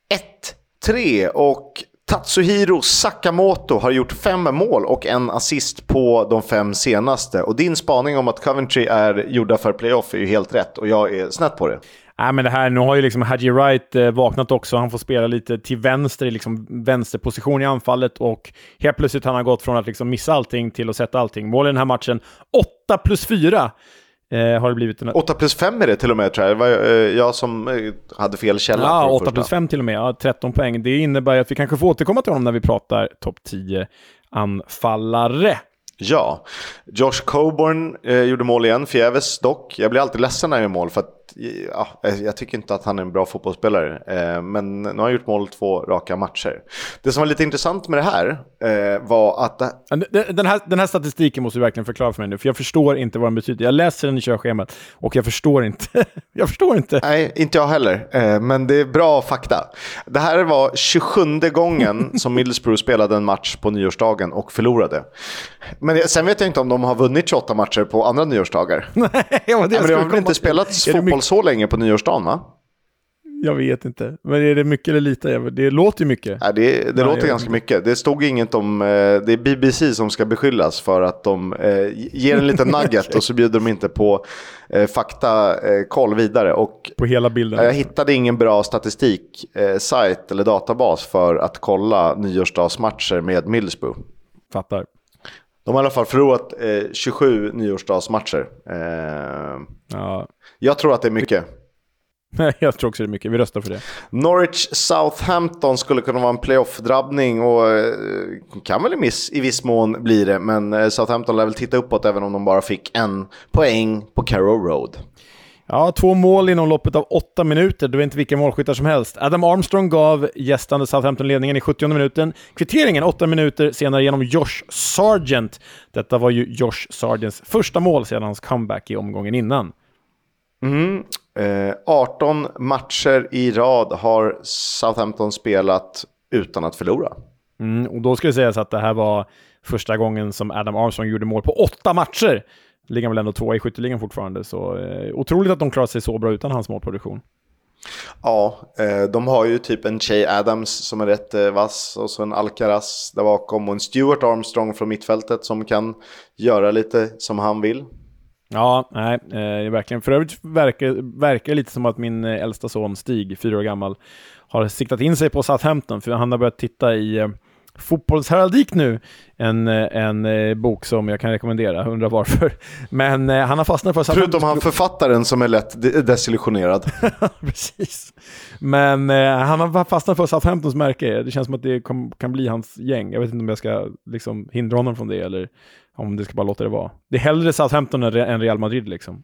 1-3 och Tatsuhiro Sakamoto har gjort 5 mål och 1 assist på de 5 senaste. Och din spaning om att Coventry är gjorda för playoff är ju helt rätt, och jag är snett på det. Men det här, nu har ju liksom Haji Wright vaknat också. Han får spela lite till vänster i liksom vänsterposition i anfallet, och helt plötsligt han har gått från att liksom missa allting till att sätta allting. Mål i den här matchen 8+4 har det blivit. 8+5 är det till och med, tror jag. Det var jag som hade fel källa. Ja, 8+5 till och med. Ja, 13 poäng. Det innebär att vi kanske får återkomma till honom när vi pratar topp 10 anfallare. Ja, Josh Coburn gjorde mål igen, förgäves dock. Jag blir alltid ledsen när jag gör mål, för att jag tycker inte att han är en bra fotbollsspelare. Men nu har han gjort mål 2 raka matcher. Det som var lite intressant med det här var att... Den här statistiken måste du verkligen förklara för mig nu, för jag förstår inte vad den betyder. Jag läser den i körschemat och jag förstår inte. Nej, inte jag heller. Men det är bra fakta. Det här var 27:e gången som Middlesbrough spelade en match på nyårsdagen och förlorade. Men sen vet jag inte om de har vunnit 28 matcher på andra nyårsdagar. Men det har väl inte spelats fotboll så länge på nyårsdagen, va? Jag vet inte. Men är det mycket eller lite? Det låter ju mycket. Ja, det låter ganska mycket. Det stod inget om... det är BBC som ska beskyllas för att de ger en liten nugget och så bjuder de inte på koll vidare. Och på hela bilden. Jag hittade ingen bra statistik, sajt eller databas för att kolla nyårsdagsmatcher med Middlesbrough. Fattar. De har i alla fall förlorat 27 nyårsdagsmatcher. Ja. Jag tror att det är mycket. Jag tror också det är mycket. Vi röstar för det. Norwich Southampton skulle kunna vara en playoff-drabbning, och kan väl i viss mån bli det. Men Southampton lär väl titta uppåt även om de bara fick 1 poäng på Carrow Road. Ja, 2 mål inom loppet av 8 minuter. Det var inte vilka målskyttar som helst. Adam Armstrong gav gästande Southampton-ledningen i 70:e minuten. Kvitteringen 8 minuter senare genom Josh Sargent. Detta var ju Josh Sargents första mål sedan hans comeback i omgången innan. 18 matcher i rad har Southampton spelat utan att förlora. Och då skulle det sägas att det här var första gången som Adam Armstrong gjorde mål på 8 matcher. Ligger väl ändå 2 i skytteligan fortfarande. Så otroligt att de klarar sig så bra utan hans målproduktion. Ja, de har ju typ en Che Adams som är rätt vass och så en Alcaraz där bakom och en Stuart Armstrong från mittfältet som kan göra lite som han vill. Ja, nej, verkligen. För övrigt verkar lite som att min äldsta son Stig, 4 år gammal, har siktat in sig på Southampton, för han har börjat titta i Fotbollsheraldik nu, en bok som jag kan rekommendera, undrar varför. Men han har fastnat för Southampton. Förutom han författaren som är lätt desillusionerad. Precis. Men han har fastnat för Southamptons märke. Det känns som att det kan bli hans gäng. Jag vet inte om jag ska liksom hindra honom från det eller om det ska bara låta det vara. Det är hellre Southampton än Real Madrid liksom.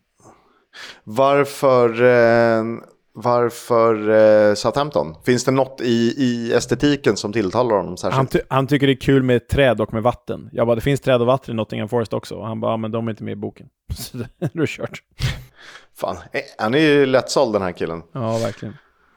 Varför Southampton? Finns det något i estetiken som tilltalar honom särskilt? Han tycker det är kul med träd och med vatten. Jag bara, det finns träd och vatten i Nottingham Forest också. Och han bara, men de är inte med i boken. Så det är kört. Fan, han är ju lättsåld den här killen. Ja, verkligen.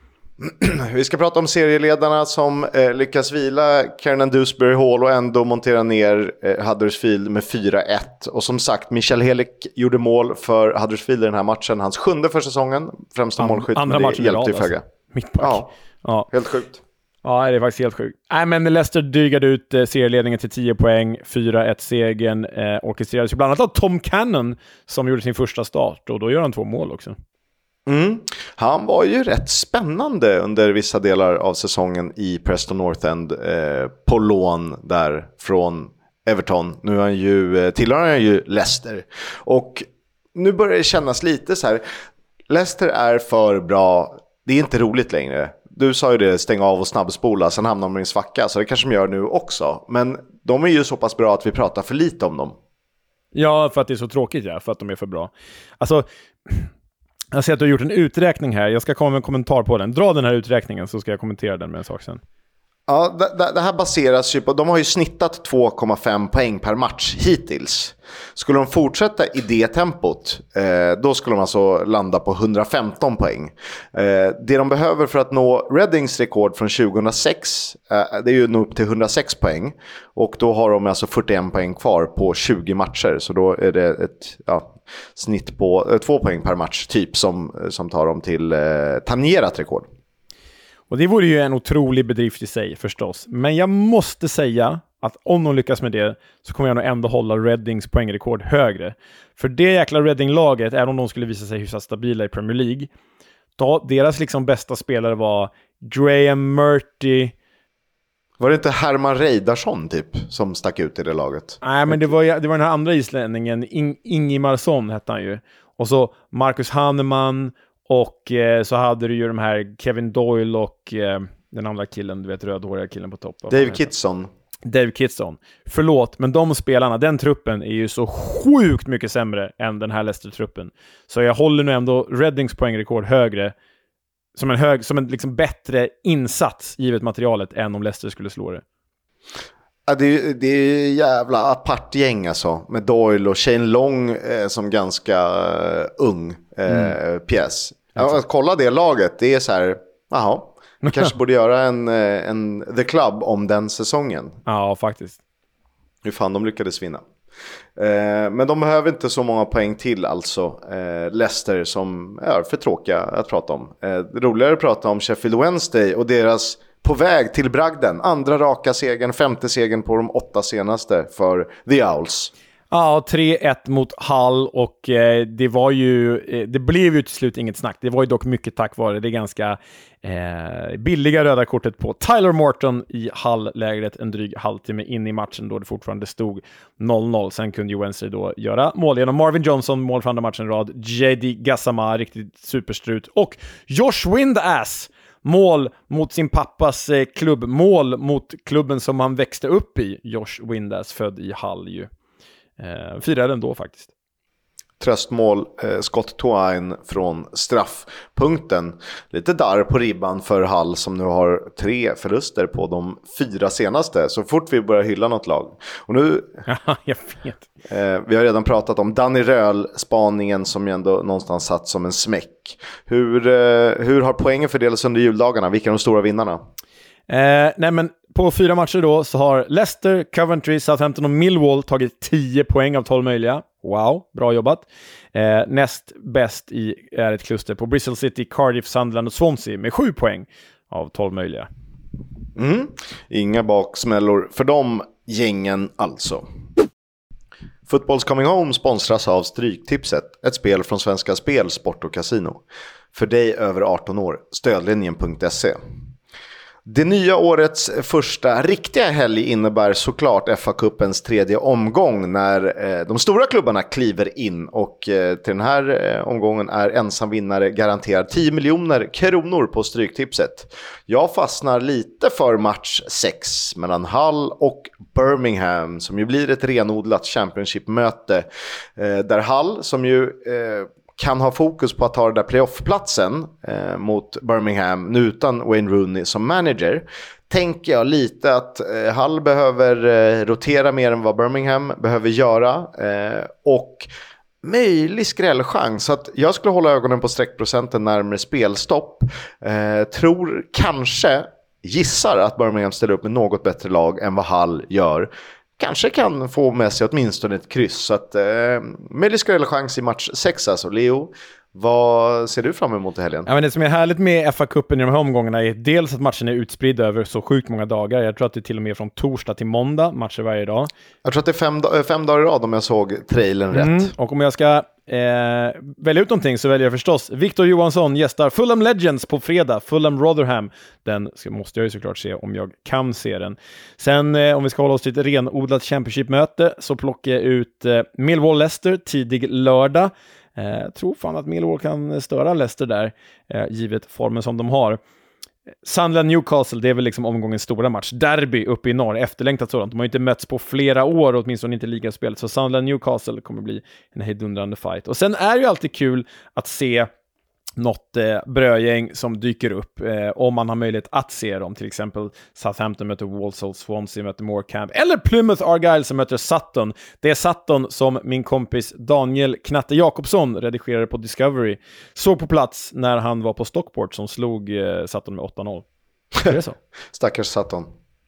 Vi ska prata om serieledarna som lyckas vila Kiernan Dewsbury Hall och ändå montera ner Huddersfield med 4-1. Och som sagt, Michel Helik gjorde mål för Huddersfield i den här matchen. Hans 7:e för säsongen, främsta målskytt, andra men det hjälpte ju föga. Alltså. Mittback. Ja, helt sjukt. Ja, det är faktiskt helt sjukt. Nej, men Leicester dygade ut serieledningen till 10 poäng, 4-1-segern orkestrerades ju bland annat av Tom Cannon som gjorde sin första start, och då gör han 2 mål också. Han var ju rätt spännande under vissa delar av säsongen i Preston North End på lån där från Everton. Nu är han ju, tillhör han ju Leicester. Och nu börjar det kännas lite så här, Leicester är för bra, det är inte roligt längre. Du sa ju det, stänga av och snabbspola, sen hamnar de i en svacka, så det kanske de gör nu också. Men de är ju så pass bra att vi pratar för lite om dem. Ja, för att det är så tråkigt, ja, för att de är för bra. Alltså, jag ser att du har gjort en uträkning här. Jag ska komma med en kommentar på den. Dra den här uträkningen så ska jag kommentera den med en sak sen. Ja, det här baseras ju på, de har ju snittat 2,5 poäng per match hittills. Skulle de fortsätta i det tempot, då skulle de alltså landa på 115 poäng. Det de behöver för att nå Readings rekord från 2006, det är ju nå upp till 106 poäng. Och då har de alltså 41 poäng kvar på 20 matcher. Så då är det ett snitt på 2 poäng per match typ som tar dem till tangerat rekord. Och det vore ju en otrolig bedrift i sig förstås. Men jag måste säga att om de lyckas med det så kommer jag nog ändå hålla Readings poängrekord högre. För det jäkla Reading-laget, även om de skulle visa sig hyfsat stabila i Premier League, då deras liksom bästa spelare var Graham Murty. Var det inte Herman Reidarsson typ som stack ut i det laget? Nej, men det var den här andra islänningen, Ingimarsson hette han ju. Och så Marcus Hahnemann. Och så hade du ju de här Kevin Doyle och den andra killen, du vet, rödhåriga killen på topp. Dave Kitson. Förlåt, men de spelarna, den truppen är ju så sjukt mycket sämre än den här Leicester-truppen. Så jag håller nu ändå Readings poängrekord högre som en liksom bättre insats givet materialet än om Leicester skulle slå det. Ja, det är jävla apart gäng alltså, med Doyle och Shane Long som ganska ung pjäs. Ja, kolla det laget, det är så här, jaha, vi kanske borde göra en The Club om den säsongen. Ja, faktiskt. Hur fan de lyckades vinna. Men de behöver inte så många poäng till alltså. Leicester som är för tråkiga att prata om. Roligare att prata om Sheffield Wednesday och deras på väg till bragden. Andra raka segern, 5:e segern på de 8 senaste för The Owls. Ja, 3-1 mot Hull och det blev ju till slut inget snack. Det var ju dock mycket tack vare det ganska billiga röda kortet på Tyler Morton i Hull-lägret en dryg halvtimme in i matchen då det fortfarande stod 0-0. Sen kunde ju Wednesday då göra mål genom Marvin Johnson, mål för andra matchen rad, J.D. Gassama, riktigt superstrut, och Josh Windass, mål mot sin pappas klubb, mål mot klubben som han växte upp i. Josh Windass, född i Hull ju. Firade ändå faktiskt. Tröstmål, Scott Twine från straffpunkten. Lite där på ribban för Hull som nu har 3 förluster på de 4 senaste. Så fort vi börjar hylla något lag. Och nu, ja, jag vet. Vi har redan pratat om Danny Röhl-spaningen som ju ändå någonstans satt som en smäck. Hur har poängen fördelats under juldagarna? Vilka är de stora vinnarna? Nej, men på 4 matcher då så har Leicester, Coventry, Southampton och Millwall tagit 10 poäng av 12 möjliga. Wow, bra jobbat. Näst bäst är ett kluster på Bristol City, Cardiff, Sunderland och Swansea med 7 poäng av 12 möjliga. Inga baksmällor för de gängen alltså. Football's Coming Home sponsras av Stryktipset, ett spel från Svenska Spel, Sport och Casino. För dig över 18 år, stödlinjen.se. Det nya årets första riktiga helg innebär såklart FA-cupens 3:e omgång när de stora klubbarna kliver in, och till den här omgången är ensam vinnare garanterad 10 miljoner kronor på Stryktipset. Jag fastnar lite för match 6 mellan Hull och Birmingham som ju blir ett renodlat Championship-möte där Hull som ju kan ha fokus på att ta den där playoff-platsen mot Birmingham nu utan Wayne Rooney som manager. Tänker jag lite att Hull behöver rotera mer än vad Birmingham behöver göra och möjlig skrällchans. Så att jag skulle hålla ögonen på sträckprocenten närmare spelstopp. Tror kanske, gissar att Birmingham ställer upp med något bättre lag än vad Hull gör. Kanske kan få med sig åtminstone ett kryss. Så att möjlig skrällchans i match 6 alltså. Leo, vad ser du fram emot i helgen? Ja, men det som är härligt med FA-cupen i de här omgångarna är dels att matchen är utspridd över så sjukt många dagar. Jag tror att det är till och med från torsdag till måndag, matcher varje dag. Jag tror att det är 5 dagar i rad om jag såg trailern rätt. Och om jag ska välja ut någonting så väljer jag förstås Victor Johansson gästar Fulham Legends på fredag, Fulham Rotherham. Den måste jag ju såklart se om jag kan se den. Sen om vi ska hålla oss till ett renodlat Championship-möte så plockar jag ut Millwall Leicester tidig lördag. Tror fan att Millwall kan störa Leicester där, givet formen som de har. Sunderland Newcastle, det är väl liksom omgångens stora match. Derby uppe i norr, efterlängtat sådant. De har inte mötts på flera år, åtminstone inte ligaspelet. Så Sunderland Newcastle kommer bli en hejdundrande fight. Och sen är det ju alltid kul att se något brödgäng som dyker upp om man har möjlighet att se dem. Till exempel Southampton möter Walsall, Swansea möter Morecambe eller Plymouth Argyle som möter Sutton. Det är Sutton som min kompis Daniel Knatte Jakobsson redigerade på Discovery såg på plats när han var på Stockport som slog Sutton med 8-0. Är det så? Stackars Sutton.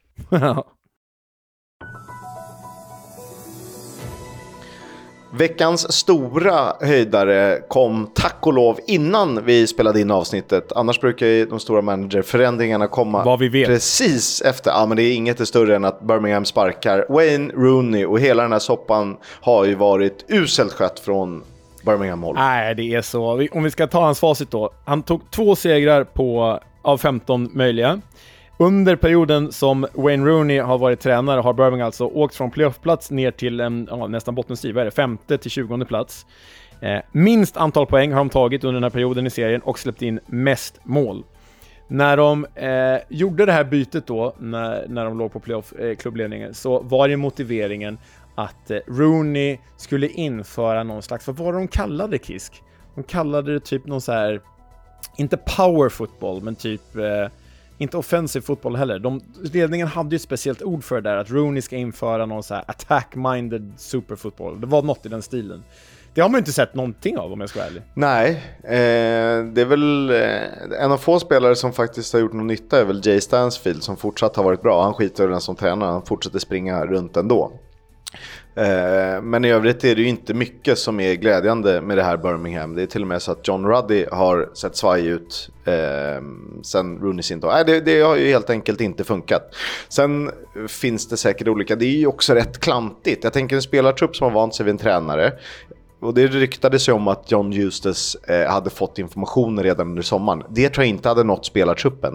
Veckans stora höjdare kom tack och lov innan vi spelade in avsnittet. Annars brukar ju de stora managerförändringarna komma precis efter. Ja, men det är inget större än att Birmingham sparkar Wayne Rooney och hela den här soppan har ju varit uselt skött från Birmingham-håll. Nej, det är så. Om vi ska ta hans facit då. Han tog 2 segrar av 15 möjliga. Under perioden som Wayne Rooney har varit tränare har Birmingham alltså åkt från playoffplats ner till nästan bottenstrid, 5:e till 20:e plats. Minst antal poäng har de tagit under den här perioden i serien och släppt in mest mål. När de gjorde det här bytet då, när de låg på klubbledningen, så var det motiveringen att Rooney skulle införa någon slags, vad var det de kallade Kisk? De kallade det typ någon så här, inte power football, men typ inte offensive fotboll heller. Ledningen hade ju ett speciellt ord för det där, att Rooney ska införa någon så här attack-minded superfotboll. Det var något i den stilen. Det har man ju inte sett någonting av, om jag ska vara ärlig. Nej, det är väl en av få spelare som faktiskt har gjort någon nytta är väl Jay Stansfield som fortsatt har varit bra. Han skiter i den som tränare, han fortsätter springa runt ändå. Men i övrigt är det ju inte mycket som är glädjande med det här Birmingham. Det är till och med så att John Ruddy har sett svaj ut sen Rooney sin dag. Det har ju helt enkelt inte funkat. Sen finns det säkert olika. Det är ju också rätt klantigt. Jag tänker en spelartrupp som har vant sig vid en tränare. Och det ryktades ju om att John Eustace hade fått information redan under sommaren. Det tror jag inte hade nått spelartruppen.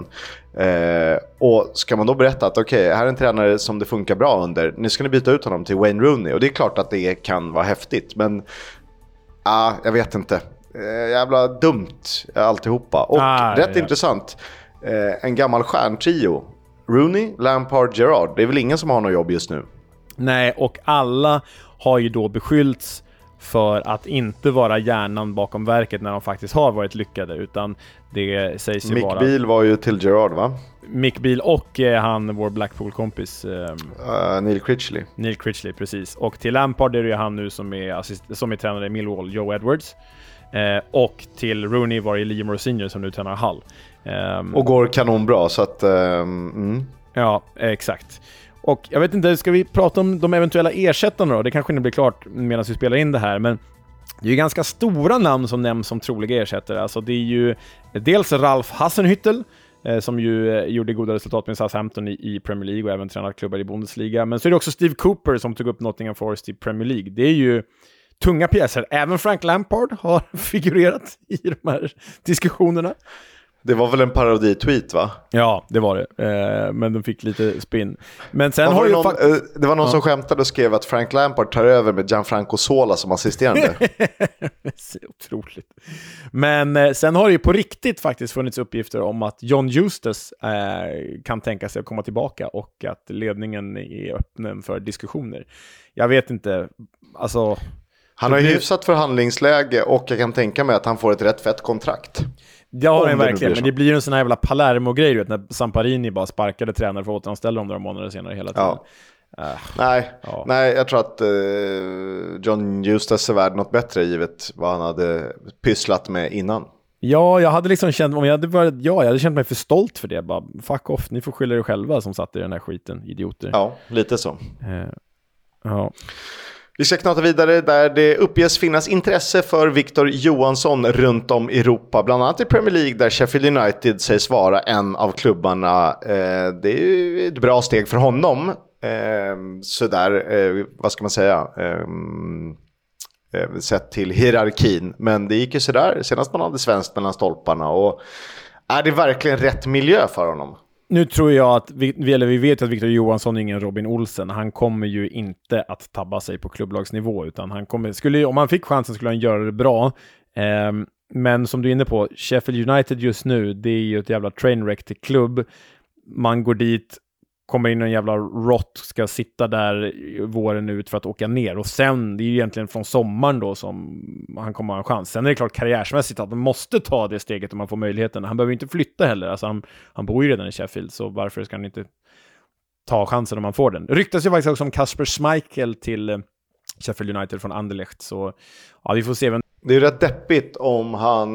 Och ska man då berätta att okej, här är en tränare som det funkar bra under. Nu ska ni byta ut honom till Wayne Rooney. Och det är klart att det kan vara häftigt. Men jag vet inte. Jävla dumt alltihopa. Och rätt intressant. En gammal stjärntrio. Rooney, Lampard, Gerrard. Det är väl ingen som har något jobb just nu. Nej, och alla har ju då beskyllts för att inte vara hjärnan bakom verket när de faktiskt har varit lyckade, utan det sägs ju Mick Beale var ju till Gerrard, va? Mick Beale och vår Blackpool-kompis Neil Critchley. Neil Critchley, precis. Och till Lampard är det ju han nu som är tränare i Millwall, Joe Edwards. Och till Rooney var det Liam Moore Senior som nu tränar Hull. Och går kanonbra, så att... Ja, exakt. Och jag vet inte, ska vi prata om de eventuella ersättarna då? Det kanske inte blir klart medan vi spelar in det här, men det är ju ganska stora namn som nämns som troliga ersättare. Alltså det är ju dels Ralf Hasenhüttl, som ju gjorde goda resultat med Southampton i Premier League och även tränat klubbar i Bundesliga. Men så är det också Steve Cooper som tog upp Nottingham Forest i Premier League. Det är ju tunga pjäser. Även Frank Lampard har figurerat i de här diskussionerna. Det var väl en parodi-tweet, va? Ja, det var det. Men de fick lite spin. Men sen har ju det var någon som skämtade och skrev att Frank Lampard tar över med Gianfranco Sola som assisterande. Otroligt. Men sen har det ju på riktigt faktiskt funnits uppgifter om att John Eustace kan tänka sig att komma tillbaka och att ledningen är öppen för diskussioner. Jag vet inte, alltså... Han har ju hyfsat förhandlingsläge och jag kan tänka mig att han får ett rätt fett kontrakt. Ja, det verkligen. Men det blir ju en sån här jävla Palermo-grej, när Samparini bara sparkade tränare för att återanställa dem några månader senare hela tiden. Ja. Nej, jag tror att John Eustace är värd något bättre givet vad han hade pysslat med innan. Ja, jag hade liksom känt, om jag hade varit, jag hade känt mig för stolt för det. Bara, fuck off, ni får skylla er själva som satt i den här skiten, idioter. Ja, lite så. Ja. Vi ska knata vidare där det uppges finnas intresse för Victor Johansson runt om i Europa, bland annat i Premier League där Sheffield United sägs vara en av klubbarna. Det är ju ett bra steg för honom. Vad ska man säga? Sett till hierarkin. Men det gick ju sådär senast man hade svenskt mellan stolparna. Och är det verkligen rätt miljö för honom? Nu tror jag att vi vet att Victor Johansson är ingen Robin Olsen. Han kommer ju inte att tabba sig på klubblagsnivå, utan han kommer, om han fick chansen skulle han göra det bra. Men som du är inne på, Sheffield United just nu, det är ju ett jävla trainwreck till klubb. Man går dit, kommer in en jävla rott, ska sitta där våren ut för att åka ner. Och sen, det är ju egentligen från sommaren då som han kommer ha en chans. Sen är det klart karriärsmässigt att man måste ta det steget om man får möjligheten. Han behöver inte flytta heller. Alltså han bor ju redan i Sheffield, så varför ska han inte ta chansen om man får den? Det ryktas ju faktiskt också om Kasper Schmeichel till Sheffield United från Anderlecht. Så ja, vi får se. Det är ju rätt deppigt om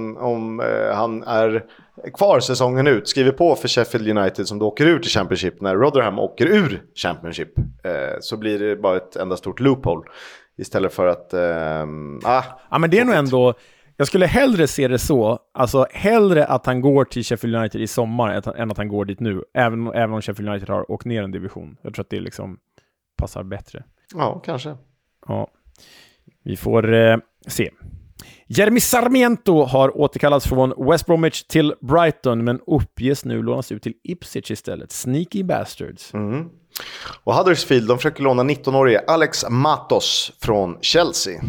han är kvar säsongen ut, skriver på för Sheffield United som då åker ur till Championship. När Rotherham åker ur Championship så blir det bara ett enda stort loophole istället för att... Ja, men det är nog ändå... Jag skulle hellre se det så, alltså hellre att han går till Sheffield United i sommar än att han går dit nu, även om Sheffield United har åkt ner en division. Jag tror att det liksom passar bättre. Ja, kanske. Ja, vi får se. Jeremy Sarmiento har återkallats från West Bromwich till Brighton, men uppges nu lånas ut till Ipswich istället. Sneaky bastards. Mm. Och Huddersfield, de försöker låna 19-årige Alex Matos från Chelsea.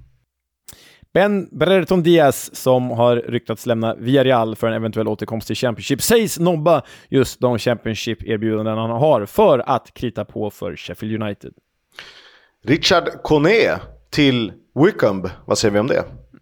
Ben Brereton Diaz, som har ryktats lämna Villarreal för en eventuell återkomst till Championship, sägs nobba just de Championship-erbjudanden han har för att krita på för Sheffield United. Richard Kone till Wycombe, vad säger vi om det?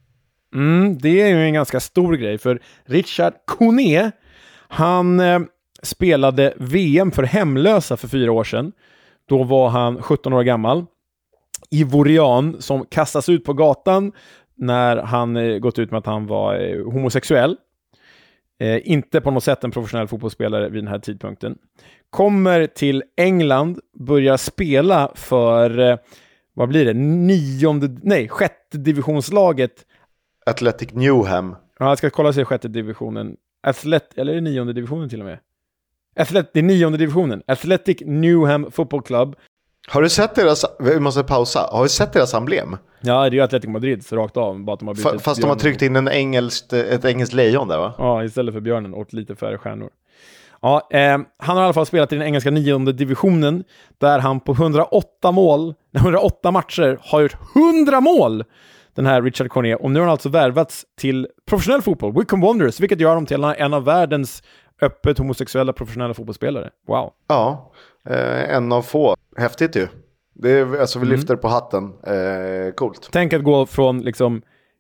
Det är ju en ganska stor grej, för Richard Kone, han spelade VM för hemlösa för 4 år sedan. Då var han 17 år gammal. Ivorian som kastas ut på gatan när han gått ut med att han var homosexuell. Inte på något sätt en professionell fotbollsspelare vid den här tidpunkten. Kommer till England, börjar spela för, vad blir det? 6:e divisionslaget. Athletic Newham. Ja, jag ska kolla sig 6:e divisionen. Eller är det 9:e divisionen till och med? Det är 9:e divisionen. Athletic Newham Football Club. Har du sett deras, vi måste pausa, har du sett deras emblem? Ja, det är ju Atletico Madrid, så rakt av. Bara att de har fast de har tryckt in ett engelskt lejon där, va? Ja, istället för björnen och lite färre stjärnor. Ja, han har i alla fall spelat i den engelska 9:e divisionen, där han på 108 matcher har gjort 100 mål! Den här Richard Kone. Och nu har han alltså värvats till professionell fotboll, Wycombe Wanderers, vilket gör dem till en av världens öppet homosexuella professionella fotbollsspelare. Wow. Ja, en av få. Häftigt ju. Det är, alltså vi lyfter på hatten. Coolt. Tänk att gå från liksom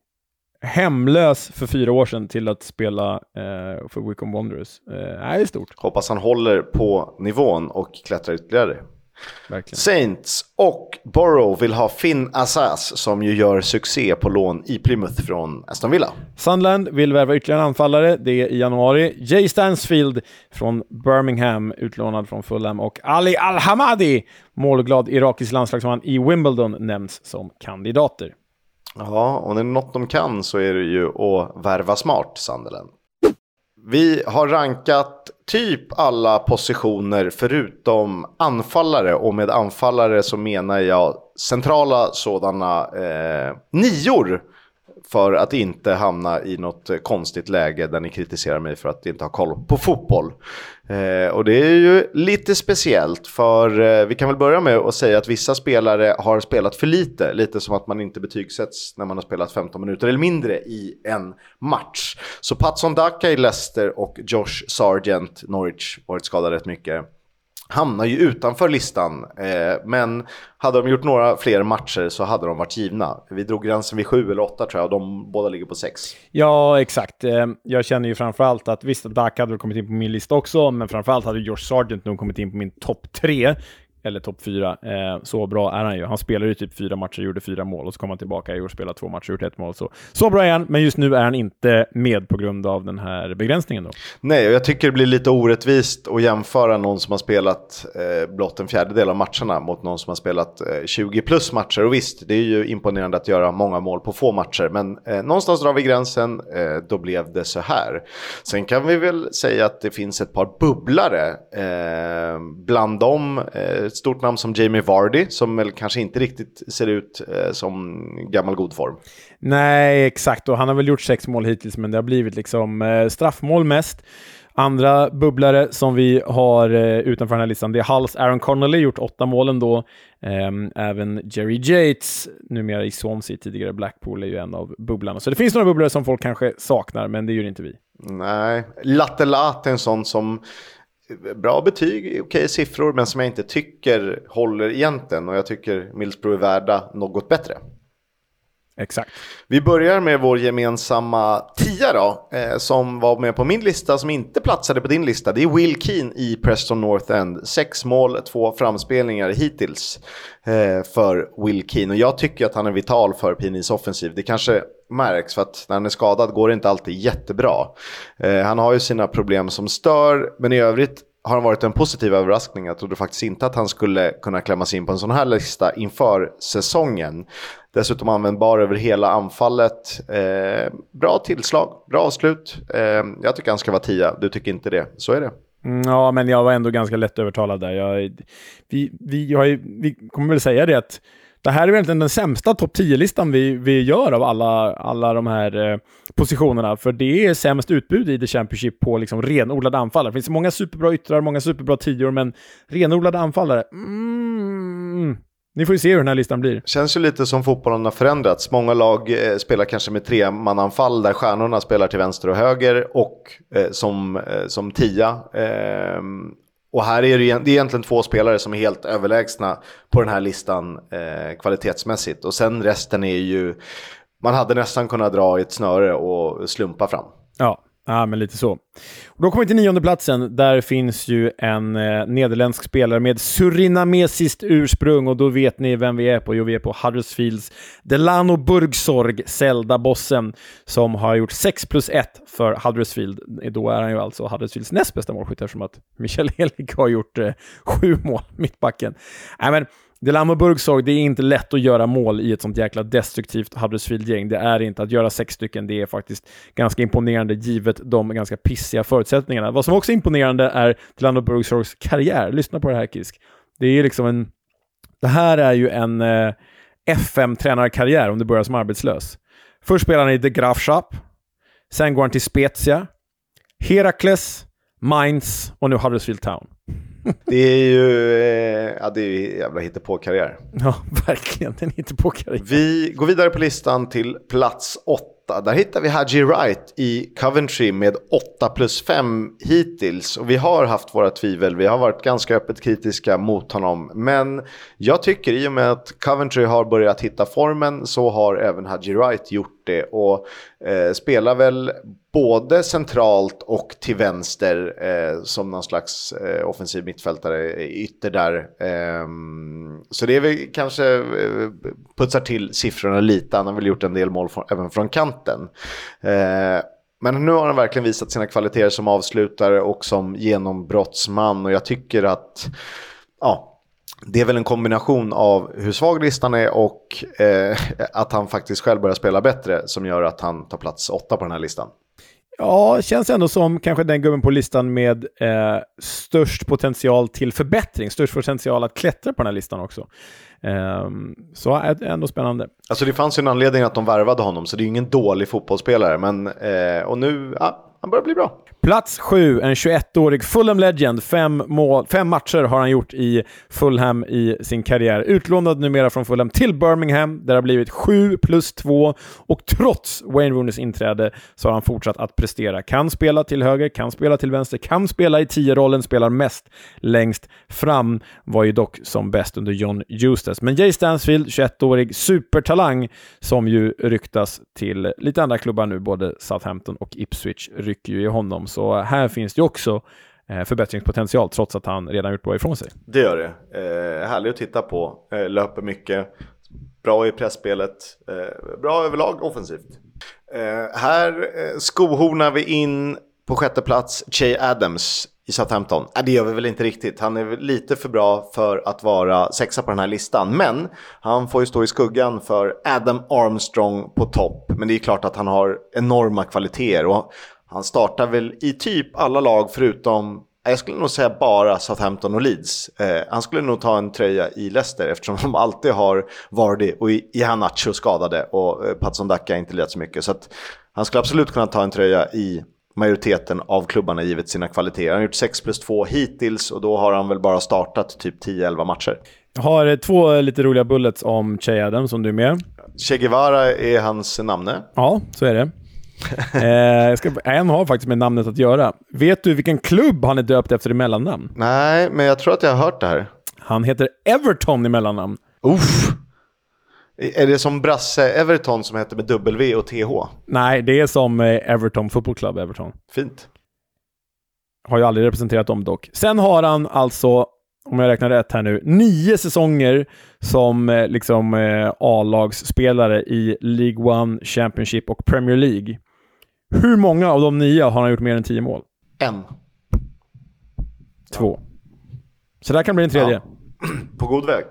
hemlös för 4 år sedan till att spela för Wycombe Wanderers. Det är stort. Hoppas han håller på nivån och klättrar ytterligare. Verkligen. Saints och Borough vill ha Finn Assas som ju gör succé på lån i Plymouth från Aston Villa. Sunderland vill värva ytterligare en anfallare, det är i januari. Jay Stansfield från Birmingham, utlånad från Fulham, och Ali Al-Hamadi, målglad irakisk landslagsman i Wimbledon, nämns som kandidater. Ja, och när något de kan så är det ju att värva smart, Sunderland. Vi har rankat typ alla positioner förutom anfallare, och med anfallare så menar jag centrala sådana nior, för att inte hamna i något konstigt läge där ni kritiserar mig för att inte ha koll på fotboll. Och det är ju lite speciellt, för vi kan väl börja med att säga att vissa spelare har spelat för lite. Lite som att man inte betygsätts när man har spelat 15 minuter eller mindre i en match. Så Patson Daka i Leicester och Josh Sargent, Norwich, varit skadad rätt mycket, hamnar ju utanför listan, men hade de gjort några fler matcher så hade de varit givna. Vi drog gränsen vid 7 eller 8 tror jag, och de båda ligger på 6. Ja, exakt. Jag känner ju framförallt att visst, Dak hade kommit in på min lista också, men framförallt hade Josh Sargent nog kommit in på min topp 3 eller topp 4. Så bra är han ju. Han spelar ju typ 4 matcher, gjorde 4 mål, och så kom han tillbaka i år, spelar 2 matcher, gjort 1 mål. Så bra är han, men just nu är han inte med på grund av den här begränsningen då. Nej, och jag tycker det blir lite orättvist att jämföra någon som har spelat blott en fjärdedel av matcherna mot någon som har spelat 20 plus matcher. Och visst, det är ju imponerande att göra många mål på få matcher, men någonstans drar vi gränsen, då blev det så här. Sen kan vi väl säga att det finns ett par bubblare, bland dem stort namn som Jamie Vardy, som väl kanske inte riktigt ser ut som gammal god form. Nej, exakt. Och han har väl gjort 6 mål hittills, men det har blivit liksom straffmål mest. Andra bubblare som vi har utanför den här listan, det är Hulls Aaron Connolly, gjort 8 mål ändå. Även Jerry Yates, numera i Swansea, tidigare Blackpool, är ju en av bubblarna. Så det finns några bubblare som folk kanske saknar, men det gör inte vi. Nej, Lattelat är en sån som bra betyg, okej siffror, men som jag inte tycker håller egentligen, och jag tycker Middlesbrough är värda något bättre. Exakt. Vi börjar med vår gemensamma 10 då, som var med på min lista, som inte platsade på din lista. Det är Will Keane i Preston North End. 6 mål, 2 framspelningar hittills för Will Keane. Och jag tycker att han är vital för PNIs offensiv. Det kanske märks, för att när han är skadad går det inte alltid jättebra. Han har ju sina problem som stör, men i övrigt har han varit en positiv överraskning. Jag trodde faktiskt inte att han skulle kunna klämmas in på en sån här lista inför säsongen. Dessutom användbar över hela anfallet. Bra tillslag, bra avslut. Jag tycker han ska vara 10. Du tycker inte det. Så är det. Ja, men jag var ändå ganska lätt övertalad där. Vi kommer väl säga det att det här är egentligen den sämsta topp 10-listan vi gör av alla de här positionerna. För det är sämst utbud i The Championship på liksom renodlade anfallare. Det finns många superbra yttrar, många superbra 10-or, men renodlade anfallare... Ni får ju se hur den här listan blir. Känns ju lite som fotbollen har förändrats. Många lag spelar kanske med 3-mananfall där stjärnorna spelar till vänster och höger och som 10. Och här är det egentligen 2 spelare som är helt överlägsna på den här listan kvalitetsmässigt. Och sen resten är ju... Man hade nästan kunnat dra i ett snöre och slumpa fram. Ja, men lite så. Och då kommer vi till 9:e platsen. Där finns ju en nederländsk spelare med surinamesiskt ursprung, och då vet ni vem vi är på. Jo, vi är på Huddersfields Delano Burgsorg, Zelda-bossen, som har gjort 6+1 för Huddersfield. Då är han ju alltså Huddersfields näst bästa målskytt, eftersom att Michel Helig har gjort 7 mål, mittbacken. Men Delano Burgsorg, det är inte lätt att göra mål i ett sånt jäkla destruktivt Huddersfield-gäng. Det är inte att göra 6 stycken. Det är faktiskt ganska imponerande givet de ganska pissiga förutsättningarna. Vad som också är imponerande är Delano Burgsorgs karriär. Lyssna på det här, Kisk. Det är liksom det här är ju en FM-tränarkarriär om du börjar som arbetslös. Först spelar han i The Graafschap. Sen går han till Spezia, Heracles, Mainz och nu Huddersfield Town. Det är ju det är jävla hittepå-karriär. Ja, verkligen. Den hittepå-karriär. Vi går vidare på listan till plats 8. Där hittar vi Haji Wright i Coventry med 8+5 hittills. Och vi har haft våra tvivel. Vi har varit ganska öppet kritiska mot honom. Men jag tycker i och med att Coventry har börjat hitta formen så har även Haji Wright gjort det och spelar väl både centralt och till vänster som någon slags offensiv mittfältare ytter där. Så det är väl kanske putsar till siffrorna lite. Han har väl gjort en del mål även från kanten. Men nu har han verkligen visat sina kvaliteter som avslutare och som genombrottsman, och jag tycker att det är väl en kombination av hur svag listan är och att han faktiskt själv börjar spela bättre som gör att han tar plats 8 på den här listan. Ja, känns ändå som kanske den gubben på listan med störst potential till förbättring, störst potential att klättra på den här listan också. Så är det ändå spännande. Alltså det fanns ju en anledning att de värvade honom, så det är ju ingen dålig fotbollsspelare, men och nu, han börjar bli bra. Plats 7, en 21-årig Fulham Legend. 5 matcher har han gjort i Fulham i sin karriär. Utlånad numera från Fulham till Birmingham, där det har blivit 7+2, och trots Wayne Rooneys inträde så har han fortsatt att prestera. Kan spela till höger, kan spela till vänster, kan spela i 10-rollen, spelar mest längst fram, var ju dock som bäst under John Eustace. Men Jay Stansfield, 21-årig supertalang som ju ryktas till lite andra klubbar nu, både Southampton och Ipswich rycker ju i honom. Så här finns det också förbättringspotential trots att han redan gjort bra ifrån sig. Det gör det. Härligt att titta på. Löper mycket. Bra i pressspelet. Bra överlag offensivt. Här skohornar vi in på 6:e plats Che Adams i Southampton. Det gör vi väl inte riktigt. Han är väl lite för bra för att vara 6:a på den här listan. Men han får ju stå i skuggan för Adam Armstrong på topp. Men det är klart att han har enorma kvaliteter, och han startar väl i typ alla lag förutom, jag skulle nog säga bara Southampton och Leeds. Han skulle nog ta en tröja i Leicester eftersom de alltid har Vardy och Iheanacho skadade och Patson Daka inte lirat så mycket. Så att han skulle absolut kunna ta en tröja i majoriteten av klubbarna givet sina kvaliteter. Han har gjort 6+2 hittills, och då har han väl bara startat typ 10-11 matcher. Jag har 2 lite roliga bullets om Che Adams som du är med. Che Guevara är hans namne. Ja, så är det. En har faktiskt med namnet att göra. Vet du vilken klubb han är döpt efter i mellannamn? Nej, men jag tror att jag har hört det här. Han heter Everton i mellannamn. Uff. Är det som Brasse Everton som heter med W och TH? Nej, det är som Everton Football Club Everton. Fint. Har ju aldrig representerat dem dock. Sen har han alltså, om jag räknar rätt här nu, 9 säsonger som A-lagsspelare i League One, Championship och Premier League. Hur många av de 9 har han gjort mer än 10 mål? 1. 2. Så där kan bli en 3:e. Ja. På god väg.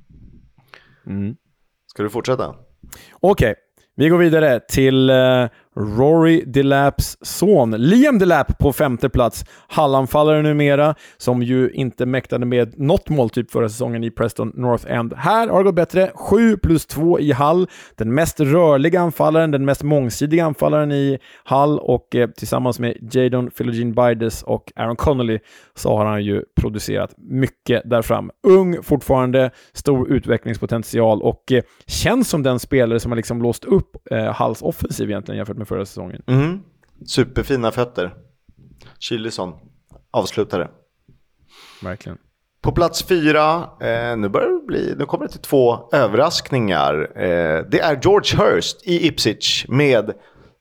Ska du fortsätta? Okej. Vi går vidare till Rory Delaps son Liam Delap på 5:e plats. Hallanfallare numera, som ju inte mäktade med något mål typ förra säsongen i Preston North End. Här har det gått bättre. 7+2 i Hull. Den mest rörliga anfallaren, den mest mångsidiga anfallaren i Hull, och tillsammans med Jadon Philogene-Bides och Aaron Connolly så har han ju producerat mycket där fram. Ung fortfarande, stor utvecklingspotential, och känns som den spelare som har liksom låst upp Hulls offensiv egentligen jämfört med förra säsongen. Superfina fötter. Kylison avslutare. Verkligen. På plats 4, nu kommer det till 2 överraskningar. Det är George Hurst i Ipswich med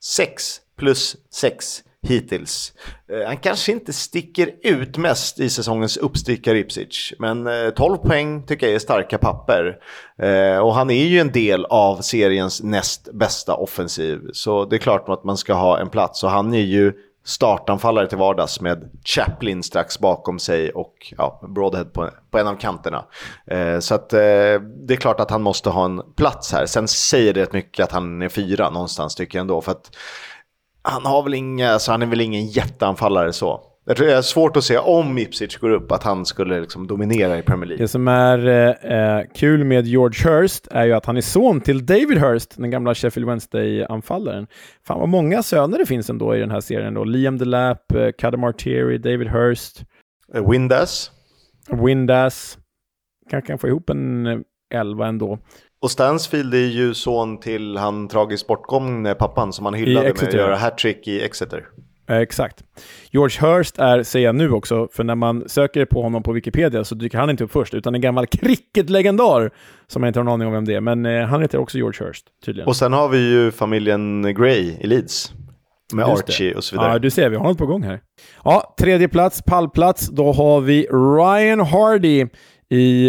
6+6 hittills. Han kanske inte sticker ut mest i säsongens uppstickare Ipswich, men 12 poäng tycker jag är starka papper. Och han är ju en del av seriens näst bästa offensiv, så det är klart att man ska ha en plats, och han är ju startanfallare till vardags med Chaplin strax bakom sig och Broadhead på en av kanterna. Så att det är klart att han måste ha en plats här. Sen säger det rätt mycket att han är 4 någonstans tycker jag ändå, för att han är väl ingen jätteanfallare så. Jag tror det är svårt att se om Ipswich går upp att han skulle liksom dominera i Premier League. Det som är kul med George Hurst är ju att han är son till David Hurst, den gamla Sheffield Wednesday-anfallaren. Fan vad många söner det finns ändå i den här serien då. Liam Delap, Kadam Arteri, David Hurst. Windass. Kanske kan få ihop en 11 ändå. Och Stansfield är ju son till han tragiskt bortgångne pappan som han hyllade med att göra hattrick i Exeter. Exakt. George Hurst är, säger jag nu också, för när man söker på honom på Wikipedia så dyker han inte upp först, utan en gammal cricket-legendar som jag inte har någon aning om vem det är, men han heter också George Hurst, tydligen. Och sen har vi ju familjen Gray i Leeds med Just Archie det. och så vidare. Ja, du ser, vi har något på gång här. Ja, tredje plats, pallplats, då har vi Ryan Hardy i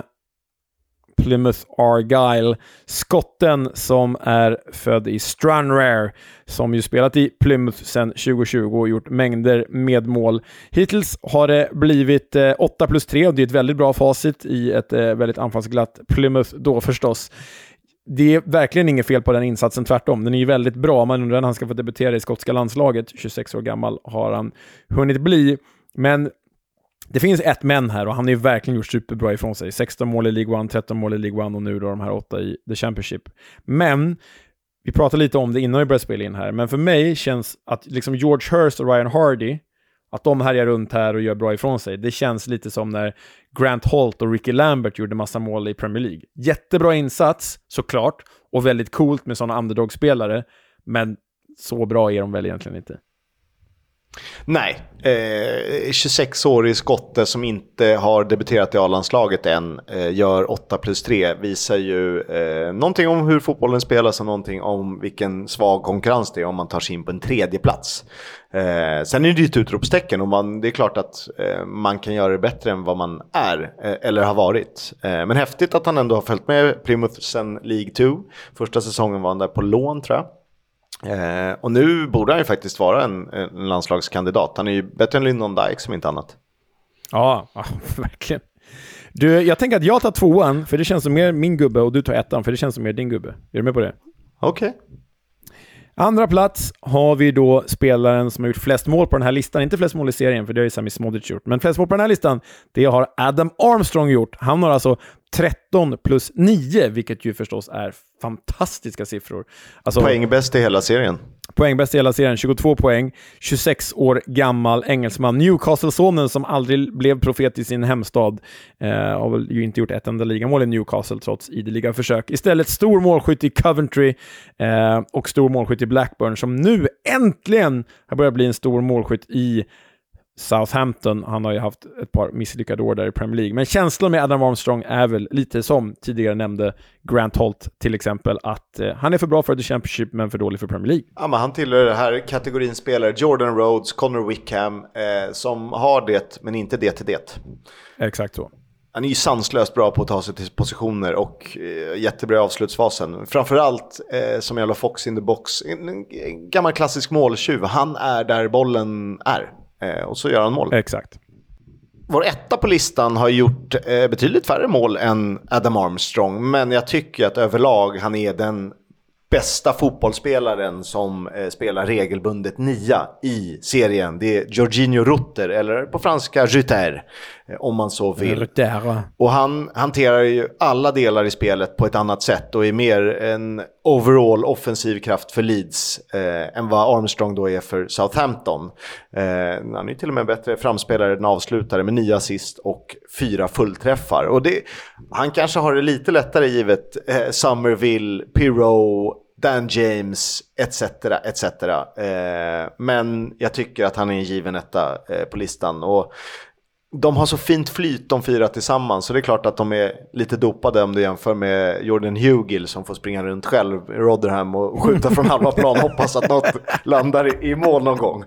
Plymouth Argyle. Skotten som är född i Stranraer, som ju spelat i Plymouth sedan 2020 och gjort mängder med mål. Hittills har det blivit 8+3 och det är ett väldigt bra facit i ett väldigt anfallsglatt Plymouth då förstås. Det är verkligen inget fel på den insatsen, tvärtom. Den är ju väldigt bra. Man undrar när han ska få debutera i skotska landslaget. 26 år gammal har han hunnit bli. Men det finns ett men här och han har ju verkligen gjort superbra ifrån sig. 16 mål i League One, 13 mål i League One och nu då de här 8 i The Championship. Men vi pratade lite om det innan vi började spela in här. Men för mig känns att liksom George Hurst och Ryan Hardy, att de härjar runt här och gör bra ifrån sig. Det känns lite som när Grant Holt och Ricky Lambert gjorde massa mål i Premier League. Jättebra insats, såklart. Och väldigt coolt med sådana underdog-spelare. Men så bra är de väl egentligen inte. Nej, 26-årig skotte som inte har debuterat i A-landslaget än, gör 8+3, visar ju någonting om hur fotbollen spelas och någonting om vilken svag konkurrens det är om man tar sig in på en tredje plats. Sen är det ju ett utropstecken och det är klart att man kan göra det bättre än vad man är eller har varit. Men häftigt att han ändå har följt med Plymouth sen League 2. Första säsongen var han där på lån, tror jag. Och nu borde han ju faktiskt vara en landslagskandidat. Han är ju bättre än Lyndon Dykes som inte annat. Ja, verkligen. Du, jag tänker att jag tar 2:an för det känns som mer min gubbe och du tar 1:an för det känns som mer din gubbe. Är du med på det? Okej. Andra plats har vi då spelaren som har gjort flest mål på den här listan. Inte flest mål i serien, för det har ju Sami Smodic gjort. Men flest mål på den här listan, det har Adam Armstrong gjort. Han har alltså 13+9, vilket ju förstås är fantastiska siffror. Alltså, poängbäst i hela serien. Poängbäst i hela serien, 22 poäng. 26 år gammal engelsman. Newcastle-sonen som aldrig blev profet i sin hemstad. Har väl ju inte gjort ett enda ligamål i Newcastle trots ideliga försök. Istället stor målskytt i Coventry och stor målskytt i Blackburn som nu äntligen har börjat bli en stor målskytt i Southampton. Han har ju haft ett par misslyckade år där i Premier League. Men känslan med Adam Armstrong är väl lite som tidigare nämnde Grant Holt till exempel, att han är för bra för The Championship men för dålig för Premier League. Ja, men han tillhör det här kategorin spelare, Jordan Rhodes, Connor Wickham, som har det men inte det till det. Exakt så. Han är ju sanslöst bra på att ta sig till positioner och jättebra i avslutsfasen. Framförallt som jävla fox in the box. En gammal klassisk måltjuv. Han är där bollen är. Och så gör han mål. Exakt. Vår etta på listan har gjort betydligt färre mål än Adam Armstrong. Men jag tycker att överlag han är den bästa fotbollsspelaren som spelar regelbundet 9 i serien. Det är Jorginho Rutter, eller på franska Rutter, om man så vill. Rutter. Och han hanterar ju alla delar i spelet på ett annat sätt och är mer en overall offensiv kraft för Leeds än vad Armstrong då är för Southampton. Han är till och med bättre framspelare än avslutare med 9 assist och 4 fullträffar. Och han kanske har det lite lättare givet Somerville, Pirou, Dan James, etc. Men jag tycker att han är en given etta på listan. Och de har så fint flyt de 4 tillsammans, så det är klart att de är lite dopade om du jämför med Jordan Hugill som får springa runt själv i Rotherham och skjuta från halva plan, hoppas att något landar i mål någon gång.